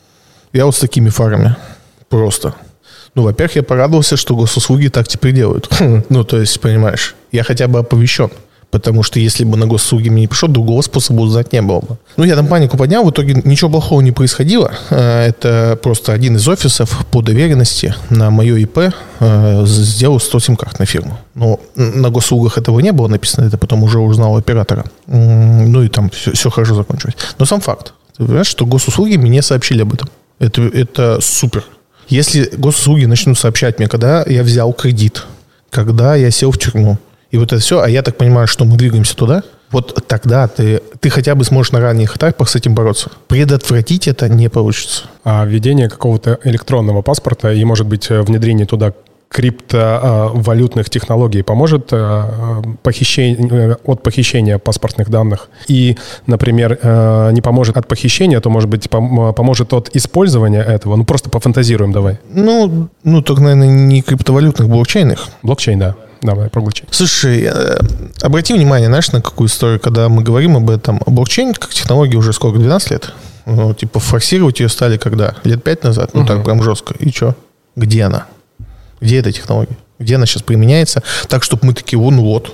Я вот с такими фарами. Просто. Во-первых, я порадовался, что госуслуги так теперь делают. То есть, понимаешь, я хотя бы оповещен. Потому что если бы на госуслуги мне не пришел, другого способа узнать не было бы. Я там панику поднял, в итоге ничего плохого не происходило. Это просто один из офисов по доверенности на мое ИП сделал 100 сим-карт на фирму. Но на госуслугах этого не было написано, это потом уже узнал оператора. И там все хорошо закончилось. Но сам факт. Ты понимаешь, что госуслуги мне сообщили об этом. Это супер. Если госуслуги начнут сообщать мне, когда я взял кредит, когда я сел в тюрьму, и вот это все, а я так понимаю, что мы двигаемся туда, вот тогда ты хотя бы сможешь на ранних этапах с этим бороться. Предотвратить это не получится. А введение какого-то электронного паспорта и, может быть, внедрение туда криптовалютных технологий поможет от похищения паспортных данных? И, например, не поможет от похищения, то, может быть, поможет от использования этого? Просто пофантазируем давай. Только, наверное, не криптовалютных, блокчейнов. Блокчейн, да. Давай, про блокчейн. Слушай, обрати внимание, знаешь, на какую историю, когда мы говорим об этом. Блокчейн как технология уже сколько, 12 лет? Форсировать ее стали когда? Лет 5 назад? Так прям жестко. И что? Где она? Где эта технология? Где она сейчас применяется? Так, чтобы мы такие,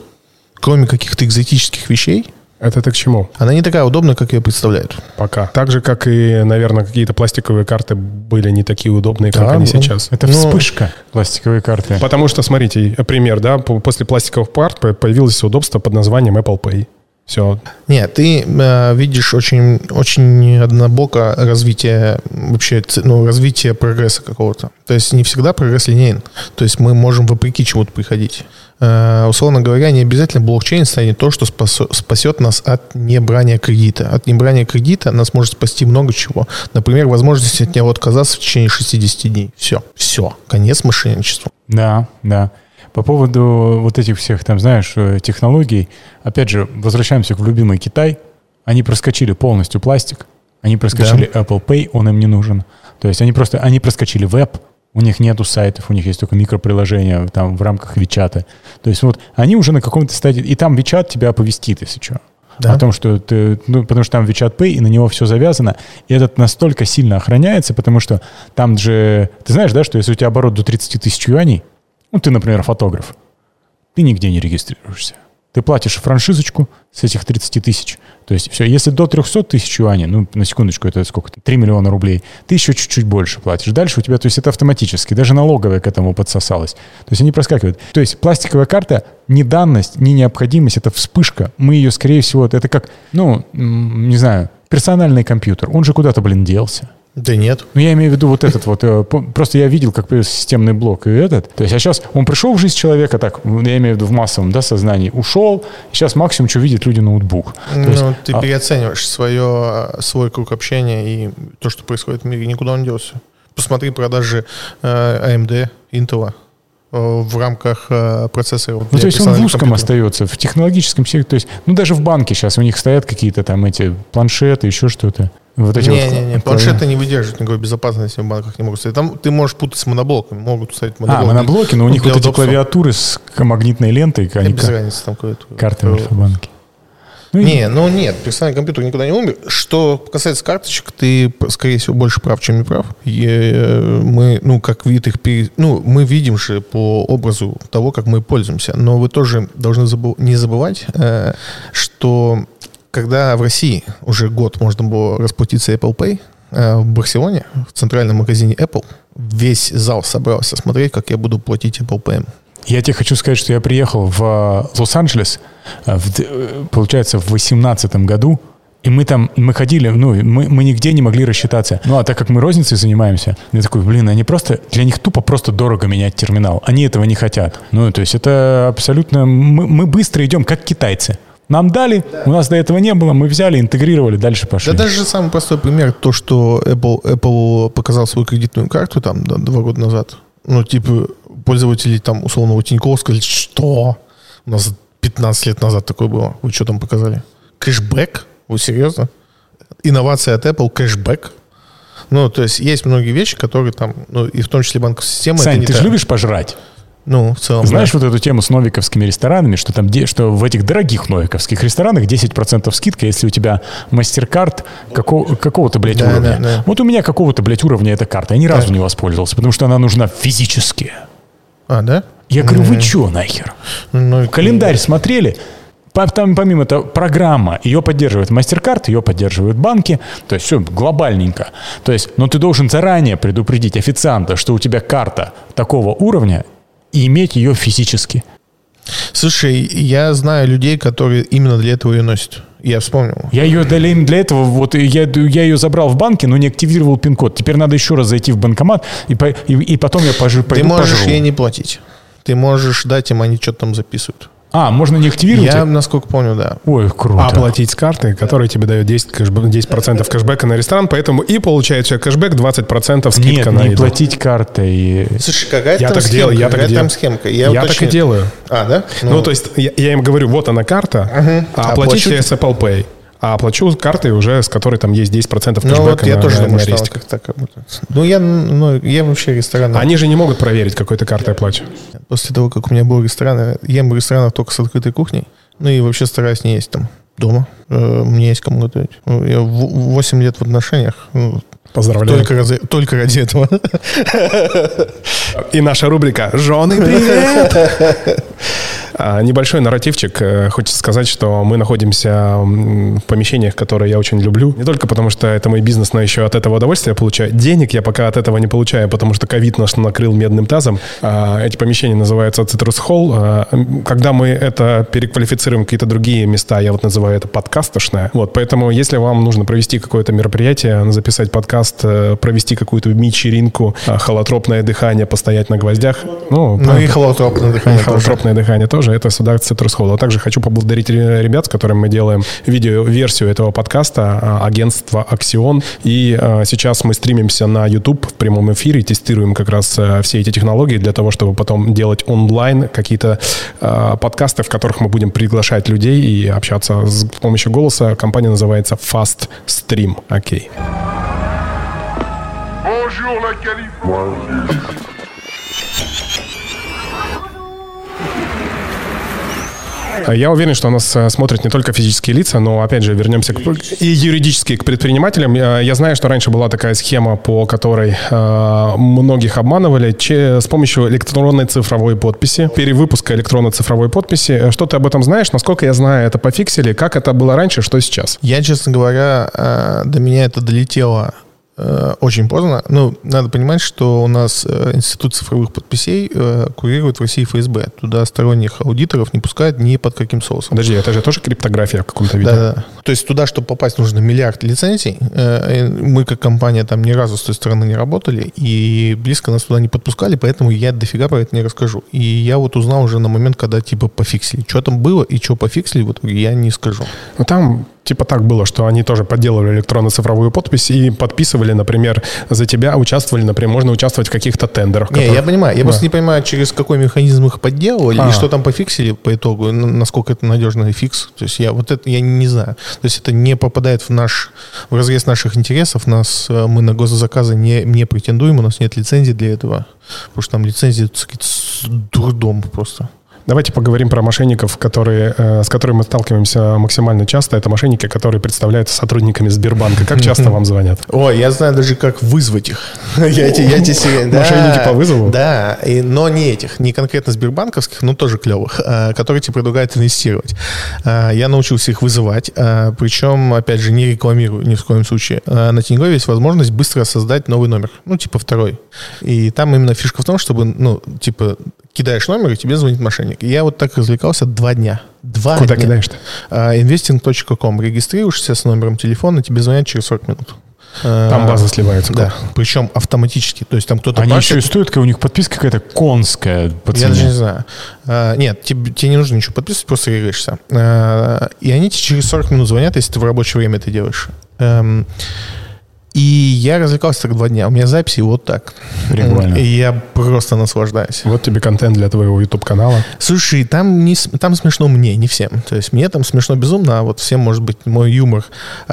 кроме каких-то экзотических вещей. Это ты к чему? Она не такая удобная, как ее представляют. Пока. Так же, как и, наверное, какие-то пластиковые карты были не такие удобные, как они сейчас. Это вспышка, пластиковые карты. Потому что, смотрите, пример, да, после пластиковых карт появилось удобство под названием Apple Pay. Все. Нет, ты видишь очень, очень однобоко развитие вообще, развитие прогресса какого-то. То есть не всегда прогресс линейен. То есть мы можем вопреки чему-то приходить. Условно говоря, не обязательно блокчейн станет то, что спасет нас от небрания кредита. От небрания кредита нас может спасти много чего. Например, возможность от него отказаться в течение 60 дней. Все. Конец мошенничеству. Да. По поводу вот этих всех, технологий, опять же, возвращаемся в любимый Китай. Они проскочили полностью пластик, они проскочили Apple Pay, он им не нужен. То есть они проскочили веб, у них нету сайтов, у них есть только микроприложения там в рамках WeChat. То есть они уже на каком-то стадии, и там WeChat тебя оповестит, если что. Да. О том, что потому что там WeChat Pay, и на него все завязано, и этот настолько сильно охраняется, потому что там же, ты знаешь, да, что если у тебя оборот до 30 тысяч юаней, ты, например, фотограф, ты нигде не регистрируешься. Ты платишь франшизочку с этих 30 тысяч. То есть все, если до 300 тысяч юаней, на секундочку, это сколько? 3 миллиона рублей, ты еще чуть-чуть больше платишь. Дальше у тебя, то есть это автоматически, даже налоговая к этому подсосалась. То есть они проскакивают. То есть пластиковая карта, не данность, не необходимость, это вспышка. Мы ее, скорее всего, это как, не знаю, персональный компьютер. Он же куда-то, делся. Да нет. Ну, я имею в виду вот этот вот. Просто я видел, как появился системный блок и этот. То есть, а сейчас он пришел в жизнь человека, так, я имею в виду в массовом сознании, ушел, и сейчас максимум, что видят люди, ноутбук. Ты переоцениваешь свой круг общения и то, что происходит в мире, никуда он не делся. Посмотри продажи AMD, Intel в рамках процессоров. Ну, то есть он в узком остается, в технологическом секторе. То есть, ну, даже в банке сейчас у них стоят какие-то там эти планшеты, еще что-то. Вот эти не, планшеты не выдерживают никакой безопасности в банках, не могут стоять. Там ты можешь путать с моноблоками, могут ставить моноблоки. Моноблоки, но у них вот эти клавиатуры с магнитной лентой. Без разницы там клавиатура. Картами Альфа-банки. Нет, персональный компьютер никуда не умер. Что касается карточек, ты, скорее всего, больше прав, чем не прав. Мы, как вид их, мы видим же по образу того, как мы пользуемся. Но вы тоже должны не забывать, что когда в России уже год можно было расплатиться Apple Pay, в Барселоне, в центральном магазине Apple, весь зал собрался смотреть, как я буду платить Apple Pay. Я тебе хочу сказать, что я приехал в Лос-Анджелес, получается, в 2018 году, и мы ходили, мы нигде не могли рассчитаться. А так как мы розницей занимаемся, я такой, они для них тупо просто дорого менять терминал. Они этого не хотят. То есть это абсолютно... Мы быстро идем, как китайцы. Нам дали, у нас до этого не было, мы взяли, интегрировали, дальше пошли. Да даже самый простой пример, то, что Apple показал свою кредитную карту 2 года назад. Пользователи условного Тинькофф сказали, что? У нас 15 лет назад такое было. Вы что там показали? Кэшбэк? Вы серьезно? Инновация от Apple, кэшбэк? То есть есть многие вещи, которые там, и в том числе банковская система. Сань, ты же любишь пожрать? В целом. Знаешь вот эту тему с новиковскими ресторанами, что в этих дорогих новиковских ресторанах 10% скидка, если у тебя MasterCard какого-то, уровня. Да. Вот у меня какого-то, уровня эта карта. Я ни разу не воспользовался, потому что она нужна физически. Да? Я говорю, вы что нахер? Календарь смотрели? Там, помимо этого, программа, ее поддерживает MasterCard, ее поддерживают банки, то есть все глобальненько. То есть, но ты должен заранее предупредить официанта, что у тебя карта такого уровня, и иметь ее физически. Слушай, я знаю людей, которые именно для этого ее носят. Я вспомнил. Я ее для этого, я ее забрал в банке, но не активировал пин-код. Теперь надо еще раз зайти в банкомат, и потом я пойду пожру. Ты можешь ей не платить. Ты можешь дать им, они что-то там записывают. Можно не активировать? Я, насколько помню, да. Ой, круто. Оплатить с карты, которая тебе дает 10% кэшбэка на ресторан, поэтому и получает человек кэшбэк 20% скидка на еду. Не платить картой. Слушай, какая-то там схемка. Я так и делаю. Да? То есть я им говорю, вот она карта, а оплатите с Apple Pay. А оплачу картой уже, с которой там есть 10% кэшбэка я тоже думаю, что как так работает. Я вообще ресторан... Они же не могут проверить, какой ты картой оплачу. После того, как у меня был ресторан, ем в ресторанах только с открытой кухней. И вообще стараюсь не есть там дома. Мне есть кому готовить. Я 8 лет в отношениях. Поздравляю. Только ради этого. И наша рубрика «Жены, привет!» Небольшой нарративчик. Хочется сказать, что мы находимся в помещениях, которые я очень люблю. Не только потому, что это мой бизнес, но еще от этого удовольствия получаю. Денег я пока от этого не получаю, потому что ковид нас накрыл медным тазом. Эти помещения называются Citrus Hall. Когда мы это переквалифицируем в какие-то другие места, я называю это подкастошное. Поэтому, если вам нужно провести какое-то мероприятие, записать подкаст, провести какую-то вечеринку, холотропное дыхание, постоять на гвоздях. И холотропное дыхание. Холотропное дыхание тоже. Это сюда к Citrus Hall. А также хочу поблагодарить ребят, с которыми мы делаем видеоверсию этого подкаста, агентство Axion. И сейчас мы стримимся на YouTube в прямом эфире, тестируем как раз все эти технологии для того, чтобы потом делать онлайн какие-то подкасты, в которых мы будем приглашать людей и общаться с помощью голоса. Компания называется Fast Stream. Окей. Я уверен, что нас смотрят не только физические лица, но, опять же, вернемся и юридически к предпринимателям. Я знаю, что раньше была такая схема, по которой многих обманывали с помощью электронной цифровой подписи, перевыпуска электронной цифровой подписи. Что ты об этом знаешь? Насколько я знаю, это пофиксили. Как это было раньше, что сейчас? Я, честно говоря, до меня это долетело очень поздно. Ну, надо понимать, что у нас Институт цифровых подписей курирует в России ФСБ. Туда сторонних аудиторов не пускают ни под каким соусом. Подожди, это же тоже криптография в каком-то виде? Да. То есть туда, чтобы попасть, нужно миллиард лицензий. Мы, как компания, там ни разу с той стороны не работали, и близко нас туда не подпускали, поэтому я дофига про это не расскажу. И я вот узнал уже на момент, когда типа пофиксили. Что там было и что пофиксили, вот я не скажу. Ну, там типа так было, что они тоже подделывали электронно-цифровую подпись и подписывали, например, за тебя, участвовали, например, можно участвовать в каких-то тендерах. Не, я понимаю. Я просто не понимаю, через какой механизм их подделывали и что там пофиксили по итогу, насколько это надежный фикс. То есть я вот это я не знаю. То есть это не попадает в разрез наших интересов. Мы на госзаказы не претендуем, у нас нет лицензии для этого. Потому что там лицензии с дурдом просто. Давайте поговорим про мошенников, с которыми мы сталкиваемся максимально часто. Это мошенники, которые представляются сотрудниками Сбербанка. Как часто вам звонят? Ой, я знаю даже, как вызвать их. Мошенники по вызову? Да, но не этих, не конкретно сбербанковских, но тоже клевых, которые тебе предлагают инвестировать. Я научился их вызывать, причем, опять же, не рекламирую ни в коем случае. На Тинькове есть возможность быстро создать новый номер, ну, типа второй. И там именно фишка в том, чтобы, ну, типа, кидаешь номер, и тебе звонит мошенник. И я вот так развлекался 2 дня. Куда кидаешь-то? Investing.com. Регистрируешься с номером телефона, тебе звонят через 40 минут. Там база сливается. Да, причем автоматически. То есть там кто-то Они еще и стоят, у них подписка какая-то конская по цене. Я даже не знаю. Нет, тебе не нужно ничего подписывать, просто регистрируешься. И они тебе через 40 минут звонят, если ты в рабочее время это делаешь. И я развлекался так 2 дня. У меня записи вот так. Прикольно. И я просто наслаждаюсь. Вот тебе контент для твоего YouTube-канала. Слушай, там смешно мне, не всем. То есть мне там смешно безумно, а вот всем может быть мой юмор.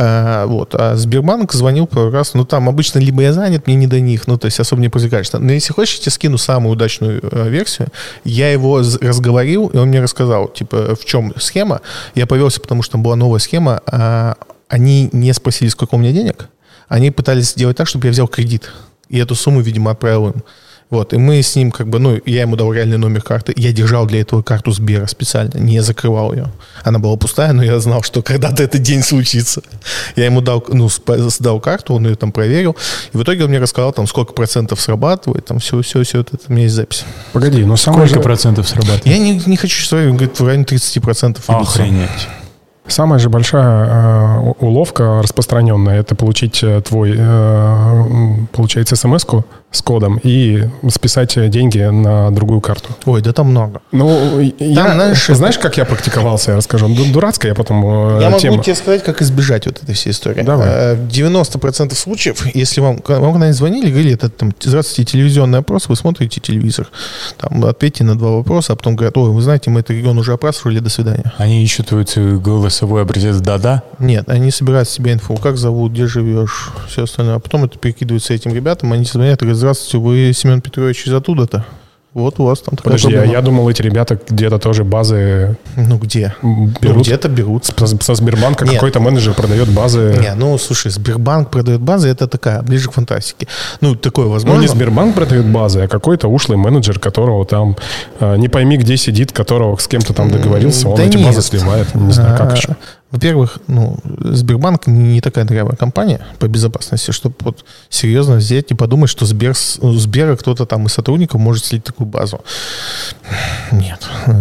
А Сбербанк звонил пару раз. Ну, там обычно либо я занят, мне не до них. Ну, то есть особо не привлекаешься. Но если хочешь, я тебе скину самую удачную версию. Я его разговорил, и он мне рассказал, типа, в чем схема. Я повелся, потому что там была новая схема. Они не спросили, сколько у меня денег. Они пытались сделать так, чтобы я взял кредит. И эту сумму, видимо, отправил им. Вот. И мы с ним я ему дал реальный номер карты. Я держал для этого карту Сбера специально, не закрывал ее. Она была пустая, но я знал, что когда-то этот день случится. Я ему сдал карту, он ее там проверил. И в итоге он мне рассказал, там, сколько процентов срабатывает, там, все это у меня есть запись. Погоди, но сколько процентов срабатывает? Я не хочу сейчас говорить, он говорит, в районе 30%. Охренеть. Самая же большая уловка распространенная — это получить получается, смс-ку с кодом и списать деньги на другую карту. Ой, да там много. Ну, знаешь, как я практиковался, я расскажу. Дурацкая, я потом Я могу тебе сказать, как избежать вот этой всей истории. Давай. В 90% случаев, если вам когда-нибудь звонили, говорили, это там, здравствуйте, телевизионный опрос, вы смотрите телевизор, там, ответьте на 2 вопроса, а потом говорят, ой, вы знаете, мы этот регион уже опрашивали, до свидания. Они ищут голосовой образец «да-да»? Нет, они собирают с себя инфу, как зовут, где живешь, все остальное. А потом это перекидывается этим ребятам, они звонят и говорят, здравствуйте, вы Семен Петрович из оттуда-то? Вот у вас там такая проблема. Подожди, я думал, эти ребята где-то тоже базы... Ну, где? Берут. Где-то берут. Со Сбербанка какой-то менеджер продает базы. Не, ну, слушай, Сбербанк продает базы, это такая, ближе к фантастике. Ну, такое возможно. Ну, не Сбербанк продает базы, а какой-то ушлый менеджер, которого там, не пойми, где сидит, которого с кем-то там договорился, он эти базы сливает. Не знаю, как еще. Во-первых, Сбербанк не такая дорогая компания по безопасности, чтобы вот серьезно взять и подумать, что у Сбера кто-то там из сотрудников может слить такую базу. Нет.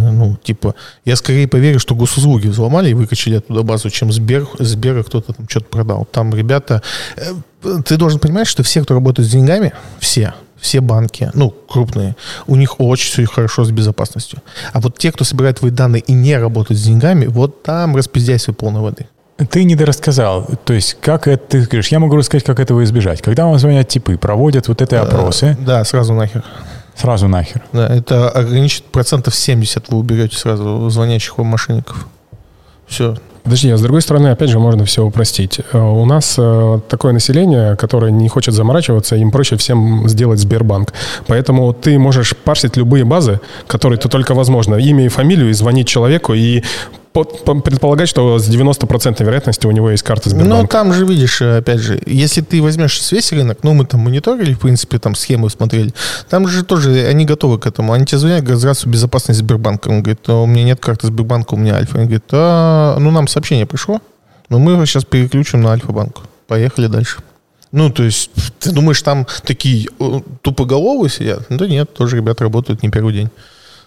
Я скорее поверю, что госуслуги взломали и выкачали оттуда базу, чем Сбера кто-то там что-то продал. Там ребята... Ты должен понимать, что все, кто работает с деньгами, все банки, крупные, у них очень все хорошо с безопасностью. А вот те, кто собирает твои данные и не работают с деньгами, вот там распиздяйство полной воды. Ты недорассказал. То есть, как это, ты говоришь, я могу рассказать, как этого избежать. Когда вам звонят типы, проводят вот эти опросы. Да, сразу нахер. Сразу нахер. Да, это ограничит 70% вы уберете сразу звонящих вам мошенников. Все. Подожди, а с другой стороны, опять же, можно все упростить. У нас такое население, которое не хочет заморачиваться, им проще всем сделать Сбербанк. Поэтому ты можешь парсить любые базы, которые то только возможно, имя и фамилию, и звонить человеку, и предполагать, что с 90% вероятностью у него есть карта Сбербанка. Ну, там же, видишь, опять же, если ты возьмешь весь рынок, мы там мониторили, в принципе, там схемы смотрели, там же тоже они готовы к этому. Они тебе звонят, говорят, здравствуйте, безопасность Сбербанка. Он говорит, у меня нет карты Сбербанка, у меня Альфа. Он говорит, нам сообщение пришло, но мы его сейчас переключим на Альфа-банк. Поехали дальше. Ну, то есть, ты думаешь, там такие тупоголовые сидят? Да нет, тоже ребята работают не первый день.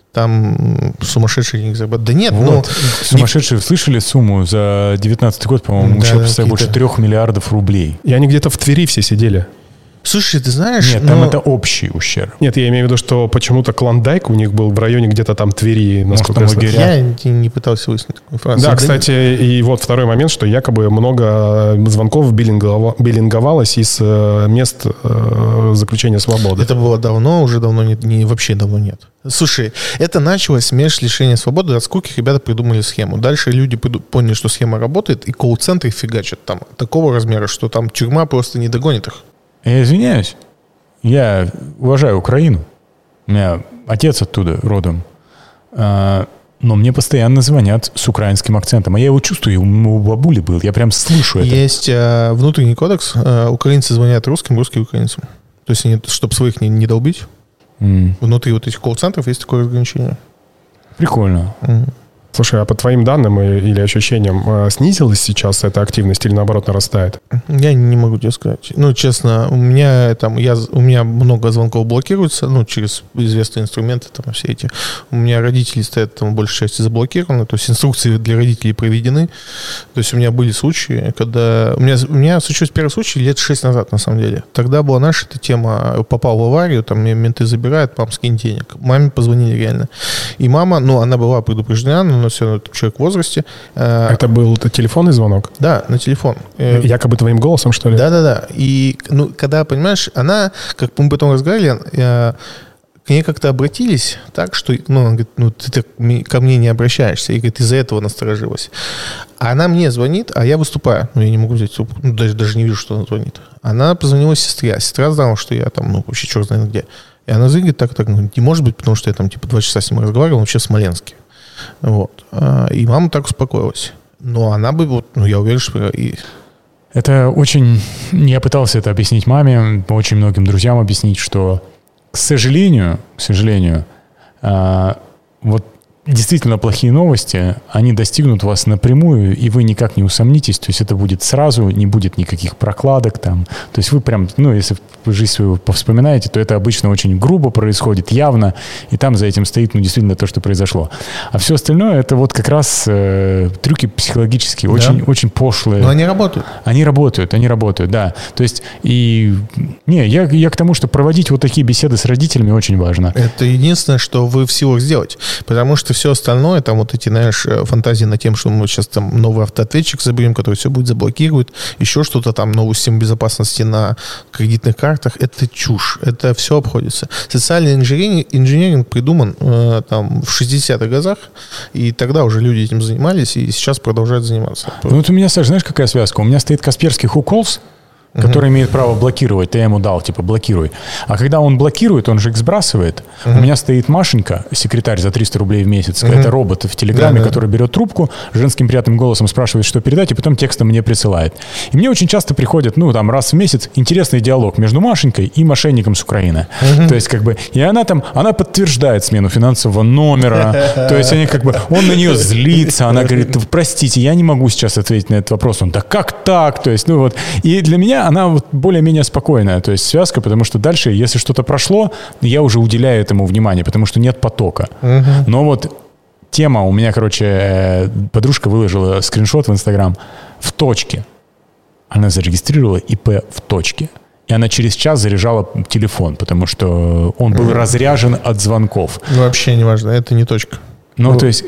Там сумасшедшие деньги зарабатывают. Да нет, вот. Сумасшедшие, слышали сумму за 19 год, по-моему, ущерб составил больше 3 миллиардов рублей. И они где-то в Твери все сидели. Слушай, ты знаешь... Нет, там это общий ущерб. Нет, я имею в виду, что почему-то Клондайк у них был в районе где-то там Твери, насколько я не пытался выяснить такую информацию. Да, кстати, и вот второй момент, что якобы много звонков биллинговалось из мест заключения свободы. Это было давно, уже давно нет, вообще давно нет. Слушай, это началось с мест лишения свободы. От скольких ребята придумали схему. Дальше люди поняли, что схема работает, и колл-центры фигачат там такого размера, что там тюрьма просто не догонит их. Я извиняюсь. Я уважаю Украину. У меня отец оттуда родом. Но мне постоянно звонят с украинским акцентом. А я его чувствую, у бабули был. Я прям слышу это. Есть внутренний кодекс. Украинцы звонят русским, русские украинцам. То есть, чтобы своих не долбить. Внутри вот этих колл-центров есть такое разграничение. Прикольно. Слушай, а по твоим данным или ощущениям, снизилась сейчас эта активность или наоборот нарастает? Я не могу тебе сказать. Ну, честно, у меня много звонков блокируется, через известные инструменты, там все эти. У меня родители стоят там в большей части заблокированы, то есть инструкции для родителей проведены. То есть у меня были случаи, когда... У меня случился первый случай лет 6 назад, на самом деле. Тогда была наша эта тема, попал в аварию, там меня менты забирают, мам, скинь денег. Маме позвонили реально. И мама, она была предупреждена, но все равно человек в возрасте. Это был телефонный звонок? Да, на телефон. Якобы твоим голосом, что ли? Да. И, когда, понимаешь, она, как мы потом разговаривали, к ней как-то обратились так, что, она говорит, ты ко мне не обращаешься. И, говорит, из-за этого насторожилась. А она мне звонит, а я выступаю. Я не могу взять трубку, даже не вижу, что она звонит. Она позвонила сестре. Сестра знала, что я там, вообще черт знает где. И она звонит так, не может быть, потому что я там, 2 часа с ним разговаривал, вообще в Смоленске. Вот. И мама так успокоилась. Но она бы, я уверен, что... Это очень... Я пытался это объяснить маме, очень многим друзьям объяснить, что, к сожалению, вот действительно плохие новости, они достигнут вас напрямую, и вы никак не усомнитесь, то есть это будет сразу, не будет никаких прокладок там. То есть вы прям, если вы жизнь свою повспоминаете, то это обычно очень грубо происходит, явно, и там за этим стоит, действительно то, что произошло. А все остальное, это вот как раз трюки психологические, очень пошлые. Но они работают. Они работают, да. То есть, я к тому, что проводить вот такие беседы с родителями очень важно. Это единственное, что вы в силах сделать, потому что все остальное, там вот эти, знаешь, фантазии над тем, что мы сейчас там новый автоответчик заберем, который все будет заблокировать, еще что-то там, новую систему безопасности на кредитных картах, это чушь, это все обходится. Социальный инженеринг придуман там в 60-х годах, и тогда уже люди этим занимались, и сейчас продолжают заниматься. Вот у меня, Саш, знаешь, какая связка? У меня стоит Касперский Хуколс, который имеет право блокировать, я ему дал, блокируй. А когда он блокирует, он же их сбрасывает. У меня стоит Машенька, секретарь за 300 рублей в месяц. Это робот в Телеграме, который берет трубку, женским приятным голосом спрашивает, что передать, и потом текстом мне присылает. И мне очень часто приходит, раз в месяц интересный диалог между Машенькой и мошенником с Украины. То есть, и она подтверждает смену финансового номера. То есть, он на нее злится, она говорит, простите, я не могу сейчас ответить на этот вопрос. Он, да как так? То есть, и для меня она более-менее спокойная, то есть связка, потому что дальше, если что-то прошло, я уже уделяю этому внимание, потому что нет потока. Но тема у меня, подружка выложила скриншот в Инстаграм в точке. Она зарегистрировала ИП в точке. И она через час заряжала телефон, потому что он был разряжен от звонков. Вообще не важно, это не точка. То есть...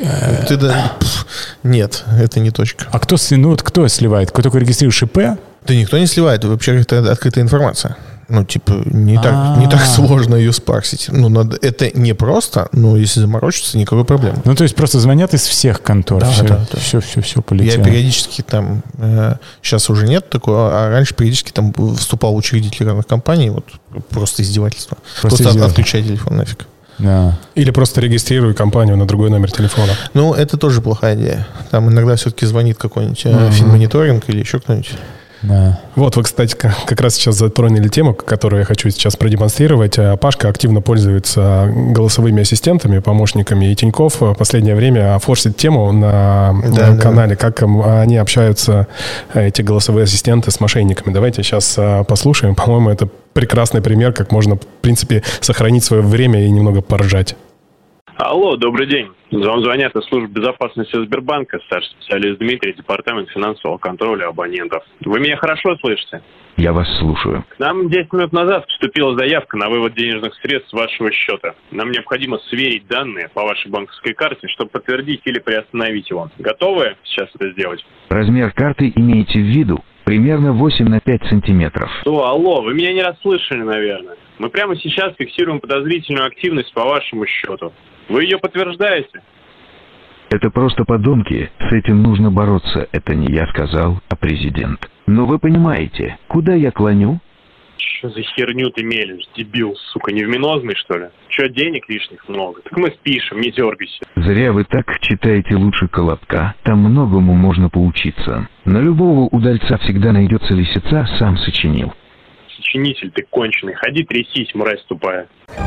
Нет, это не точка. А кто сливает? Кто только регистрируешь ИП? Да никто не сливает, вообще это открытая информация. Не так сложно ее спарсить. Это не просто, но если заморочиться, никакой проблемы. То есть просто звонят из всех контор. Все полетело. Я периодически там, сейчас уже нет такого, а раньше периодически там вступал в учредитель разных компаний, просто издевательство. Просто отключай телефон нафиг. Да. Или просто регистрируй компанию на другой номер телефона. Это тоже плохая идея. Там иногда все-таки звонит какой-нибудь финмониторинг или еще кто-нибудь. Да. Вот вы, кстати, как раз сейчас затронули тему, которую я хочу сейчас продемонстрировать. Пашка активно пользуется голосовыми ассистентами, помощниками, и Тинькофф в последнее время форсит тему на канале, как они общаются, эти голосовые ассистенты, с мошенниками. Давайте сейчас послушаем. По-моему, это прекрасный пример, как можно, в принципе, сохранить свое время и немного поржать. Алло, добрый день. Вам звонят из службы безопасности Сбербанка, старший специалист Дмитрий, департамент финансового контроля абонентов. Вы меня хорошо слышите? Я вас слушаю. К нам 10 минут назад поступила заявка на вывод денежных средств с вашего счета. Нам необходимо сверить данные по вашей банковской карте, чтобы подтвердить или приостановить его. Готовы сейчас это сделать? Размер карты имеете в виду? Примерно 8 на 5 сантиметров. Алло, вы меня не расслышали, наверное. Мы прямо сейчас фиксируем подозрительную активность по вашему счету. Вы ее подтверждаете? Это просто подонки. С этим нужно бороться. Это не я сказал, а президент. Но вы понимаете, куда я клоню? Что за херню ты мелешь, дебил, сука, невменозный, что ли? Че, денег лишних много? Так мы спишем, не дергайся. Зря вы так читаете лучше Колобка. Там многому можно поучиться. На любого удальца всегда найдется лисица, сам сочинил. Сочинитель ты конченый. Ходи трясись, мразь тупая.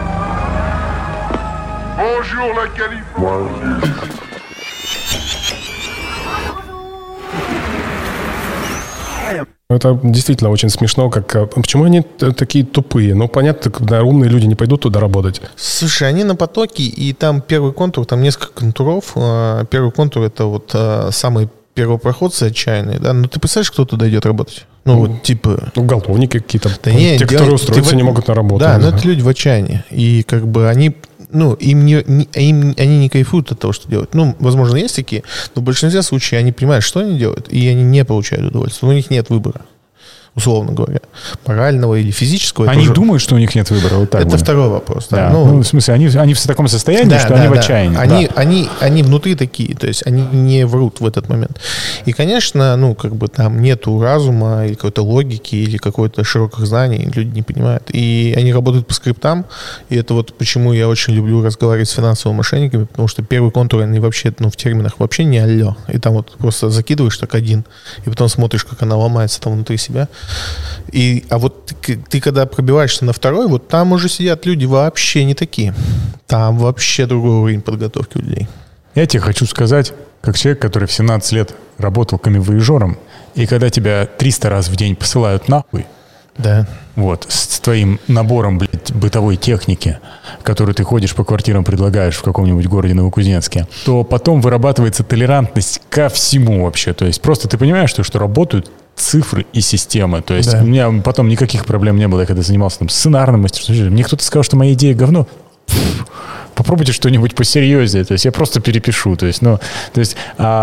Это действительно очень смешно. Почему они такие тупые? Ну, понятно, когда умные люди не пойдут туда работать. Слушай, они на потоке, и там первый контур, там несколько контуров. Первый контур — это вот самый первопроходцы отчаянные, да? Ну, ты представляешь, кто туда идет работать? Ну, вот типа... Уголовники какие-то. Да нет, которые устроиться не могут на работу. Да, но это люди в отчаянии. И как бы они... Ну, они не кайфуют от того, что делают. Ну, возможно, есть такие, но в большинстве случаев они понимают, что они делают, и они не получают удовольствия. У них нет выбора, условно говоря, морального или физического. Они думают, что у них нет выбора. Вот так это второй вопрос. Да. Да. Ну, в смысле, они в таком состоянии, что они в отчаянии. Они внутри такие, то есть они не врут в этот момент. И, конечно, ну, как бы там нету разума или какой-то логики, или какой-то широких знаний, люди не понимают. И они работают по скриптам, и это вот почему я очень люблю разговаривать с финансовыми мошенниками, потому что первый контур, они вообще, ну, в терминах вообще не алло. И там вот просто закидываешь так один, и потом смотришь, как она ломается там внутри себя. А вот ты когда пробиваешься на второй, вот там уже сидят люди вообще не такие. Там вообще другой уровень подготовки у людей. Я тебе хочу сказать, как человек, который в 17 лет работал камевояжером, и когда тебя 300 раз в день посылают нахуй, да. Вот, с твоим набором, блядь, бытовой техники, которую ты ходишь по квартирам, предлагаешь в каком-нибудь городе Новокузнецке, то потом вырабатывается толерантность ко всему вообще. То есть просто ты понимаешь, что работают цифры и системы. То есть у меня потом никаких проблем не было, я когда занимался там сценарным мастерством. Мне кто-то сказал, что моя идея говно. Попробуйте что-нибудь посерьезнее. То есть я просто перепишу. То есть, ну, то есть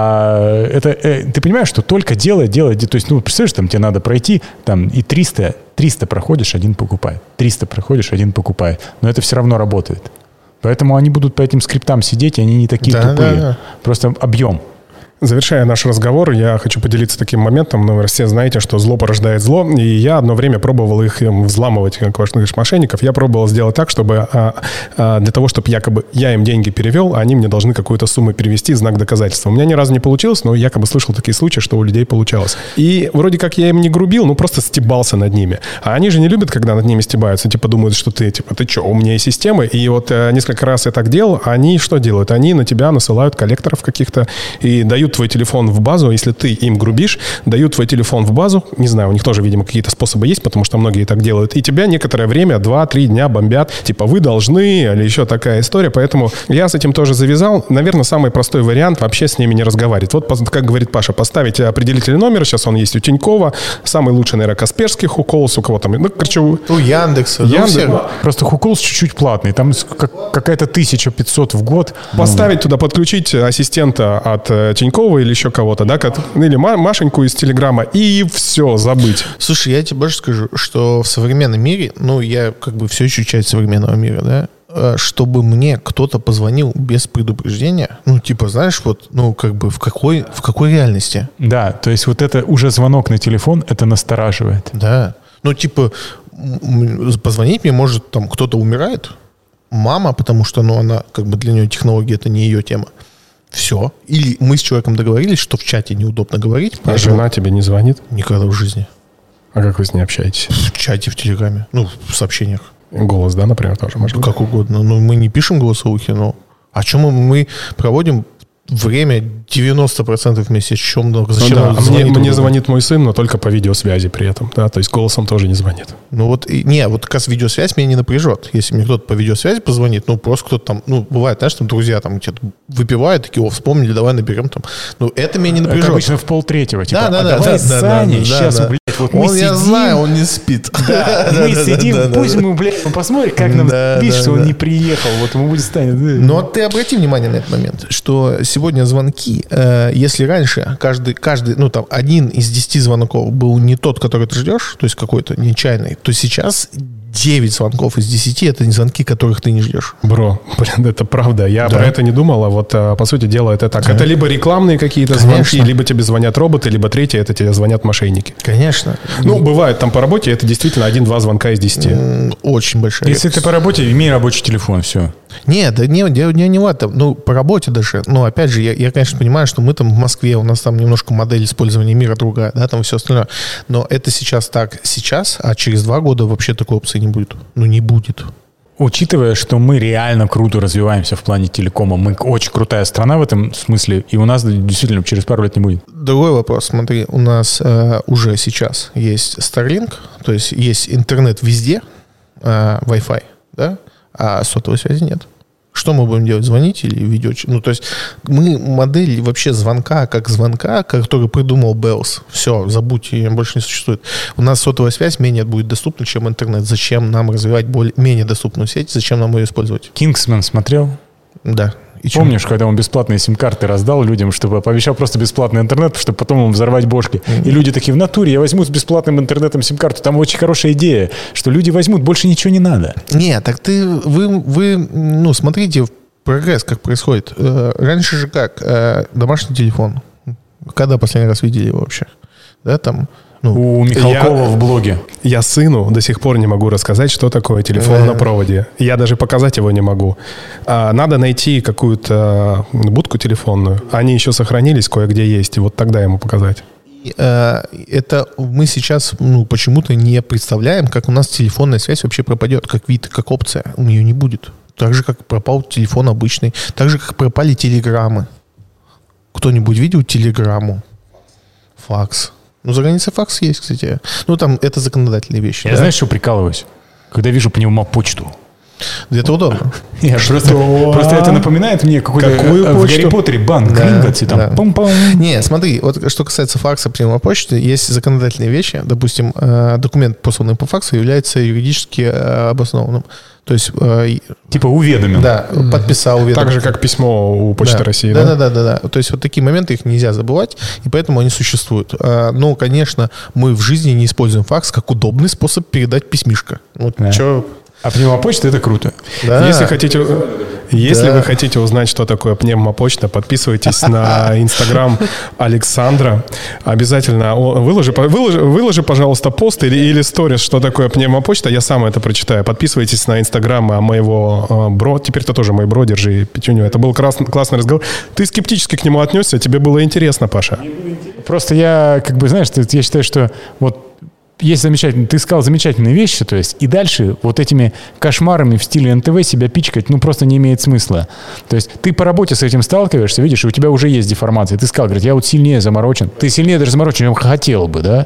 ты понимаешь, что только делай. То есть, ну, представляешь, там тебе надо пройти, там, и 300 проходишь, один покупает. 300 проходишь, один покупает. Но это все равно работает. Поэтому они будут по этим скриптам сидеть, и они не такие тупые. Да. Просто объем. Завершая наш разговор, я хочу поделиться таким моментом. Ну, вы все знаете, что зло порождает зло. И я одно время пробовал их взламывать, как ваших мошенников. Я пробовал сделать так, чтобы для того, чтобы якобы я им деньги перевел, они мне должны какую-то сумму перевести, знак доказательства. У меня ни разу не получилось, но якобы слышал такие случаи, что у людей получалось. И вроде как я им не грубил, ну просто стебался над ними. А они же не любят, когда над ними стебаются. Типа думают, что ты что, умнее системы. И вот несколько раз я так делал. Они что делают? Они на тебя насылают коллекторов каких-то и дают твой телефон в базу, если ты им грубишь, дают твой телефон в базу, не знаю, у них тоже, видимо, какие-то способы есть, потому что многие так делают, и тебя некоторое время, 2-3 дня бомбят, типа, вы должны, или еще такая история, поэтому я с этим тоже завязал. Наверное, самый простой вариант вообще с ними не разговаривать. Вот, как говорит Паша, поставить определитель номера, сейчас он есть у Тинькова, самый лучший, наверное, Касперских, Хуколс, у кого там, ну, короче, у Яндекса. Просто Хуколс чуть-чуть платный, там какая-то 1500 в год. Поставить туда, подключить ассистента от Тинькова или еще кого-то, да, или Машеньку из Телеграма, и все, забыть. Слушай, я тебе больше скажу, что в современном мире, ну, я как бы все еще часть современного мира, да, чтобы мне кто-то позвонил без предупреждения, ну, типа, знаешь, вот, ну, как бы в какой реальности? Да, то есть вот это уже звонок на телефон, это настораживает. Да, ну, типа, позвонить мне может, там, кто-то умирает, мама, потому что, ну, она, как бы для нее технология, это не ее тема. Все. Или мы с человеком договорились, что в чате неудобно говорить. А жена тебе не звонит? Никогда в жизни. А как вы с ней общаетесь? В чате, в Телеграме, в сообщениях. Голос, да, например, тоже можно? Как угодно. Мы не пишем голосовухи, но... О чем мы проводим время 90% вместе. Зачем мне звонит мой сын, но только по видеосвязи при этом. Да, то есть голосом тоже не звонит. Вот как раз видеосвязь меня не напряжет. Если мне кто-то по видеосвязи позвонит, просто кто-то там, бывает, знаешь, там друзья там где-то выпивают, такие, вспомнили, давай наберем там. Это меня не напряжет. Это обычно в 2:30, типа, давай Саня, сейчас, блядь, вот мы сидим. Я знаю, он не спит. Мы сидим, пусть мы, блядь, посмотрим, как нам видишь, что он не приехал, вот ему будет станет. Но ты обрати внимание на этот момент, что сегодня звонки, если раньше каждый, один из 10 звонков был не тот, который ты ждешь, то есть какой-то нечаянный, то сейчас 9 звонков из 10 это не звонки, которых ты не ждешь. Бро, это правда. Я про это не думал, а вот по сути дела это так. Да. Это либо рекламные какие-то звонки, либо тебе звонят роботы, либо третье, это тебе звонят мошенники. Конечно. Бывает там по работе, это действительно 1-2 звонка из 10. Очень большая Если ты по работе, имей рабочий телефон, все. Нет, не в этом. По работе даже. Опять же, я, конечно, понимаю, что мы там в Москве, у нас там немножко модель использования мира другая, да, там все остальное. Но это сейчас так, а через 2 года вообще такой опции не будет. Не будет. Учитывая, что мы реально круто развиваемся в плане телекома, мы очень крутая страна в этом смысле, и у нас действительно через пару лет не будет. Другой вопрос. Смотри, у нас уже сейчас есть Starlink, то есть есть интернет везде, Wi-Fi, да? А сотовой связи нет. Что мы будем делать? Звонить или видео? То есть мы модель вообще звонка, который придумал Bells. Все, забудьте, ее больше не существует. У нас сотовая связь менее будет доступна, чем интернет. Зачем нам развивать менее доступную сеть? Зачем нам ее использовать? Кингсман смотрел? Да. Помнишь, когда он бесплатные сим-карты раздал людям, чтобы пообещал просто бесплатный интернет, чтобы потом им взорвать бошки. И люди такие, в натуре, я возьму с бесплатным интернетом сим-карту. Там очень хорошая идея, что люди возьмут, больше ничего не надо. Нет, так вы смотрите прогресс, как происходит. Раньше же как? Домашний телефон. Когда последний раз видели его вообще? Да, там... У Михалкова в блоге. Я сыну до сих пор не могу рассказать, что такое телефон на проводе. Я даже показать его не могу. Надо найти какую-то будку телефонную. Они еще сохранились, кое-где есть. И вот тогда ему показать. Это мы сейчас почему-то не представляем, как у нас телефонная связь вообще пропадет, как вид, как опция. У нее не будет. Так же, как пропал телефон обычный. Так же, как пропали телеграммы. Кто-нибудь видел телеграмму? Факс. За границей факс есть, кстати. Там это законодательные вещи. Я знаешь, что прикалываюсь? Когда вижу пневмопочту. Это удобно. Просто это напоминает мне какую-то в Гарри Поттере банк Гринготts и там пум-пум. Не, смотри, вот что касается факса, пневмопочты, есть законодательные вещи. Допустим, документ, посланный по факсу, является юридически обоснованным. То есть... Типа уведомил. Да, подписал, уведомил. Так же, как письмо у Почты России, да? Да. То есть вот такие моменты, их нельзя забывать, и поэтому они существуют. Но, конечно, мы в жизни не используем факс как удобный способ передать письмишко. А пневмопочта — это круто. Да. Если вы хотите узнать, что такое пневмопочта, подписывайтесь на Инстаграм Александра. Обязательно выложи, пожалуйста, пост или сторис, что такое пневмопочта. Я сам это прочитаю. Подписывайтесь на Инстаграм моего бро. Теперь ты тоже мой бро, держи пятюню. Это был классный разговор. Ты скептически к нему отнесся, тебе было интересно, Паша. Просто я, я считаю, что вот есть ты сказал замечательные вещи, то есть, и дальше вот этими кошмарами в стиле НТВ себя пичкать, просто не имеет смысла. То есть, ты по работе с этим сталкиваешься, видишь, и у тебя уже есть деформация. Ты сказал, говорит, я вот сильнее заморочен. Ты сильнее даже заморочен, чем хотел бы, да?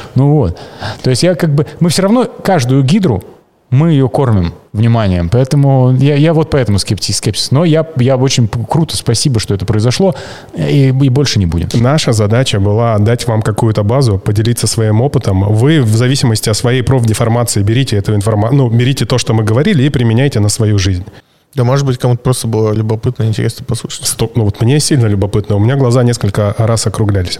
То есть, мы все равно каждую гидру, мы ее кормим вниманием. Поэтому я вот поэтому скепсис. Но я очень круто, спасибо, что это произошло, и больше не будет. Наша задача была дать вам какую-то базу, поделиться своим опытом. Вы в зависимости от своей профдеформации берите эту информацию, берите то, что мы говорили, и применяйте на свою жизнь. Да, может быть, кому-то просто было любопытно, интересно послушать. Мне сильно любопытно. У меня глаза несколько раз округлялись.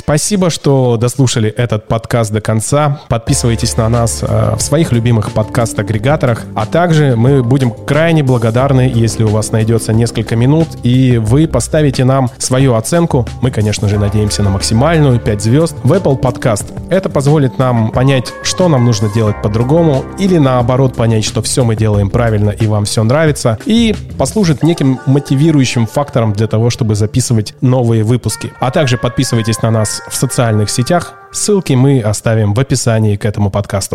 Спасибо, что дослушали этот подкаст до конца. Подписывайтесь на нас в своих любимых подкаст-агрегаторах. А также мы будем крайне благодарны, если у вас найдется несколько минут, и вы поставите нам свою оценку. Мы, конечно же, надеемся на максимальную 5 звезд в Apple Podcast. Это позволит нам понять, что нам нужно делать по-другому, или наоборот понять, что все мы делаем правильно и вам все нравится, и послужит неким мотивирующим фактором для того, чтобы записывать новые выпуски. А также подписывайтесь на нас в социальных сетях. Ссылки мы оставим в описании к этому подкасту.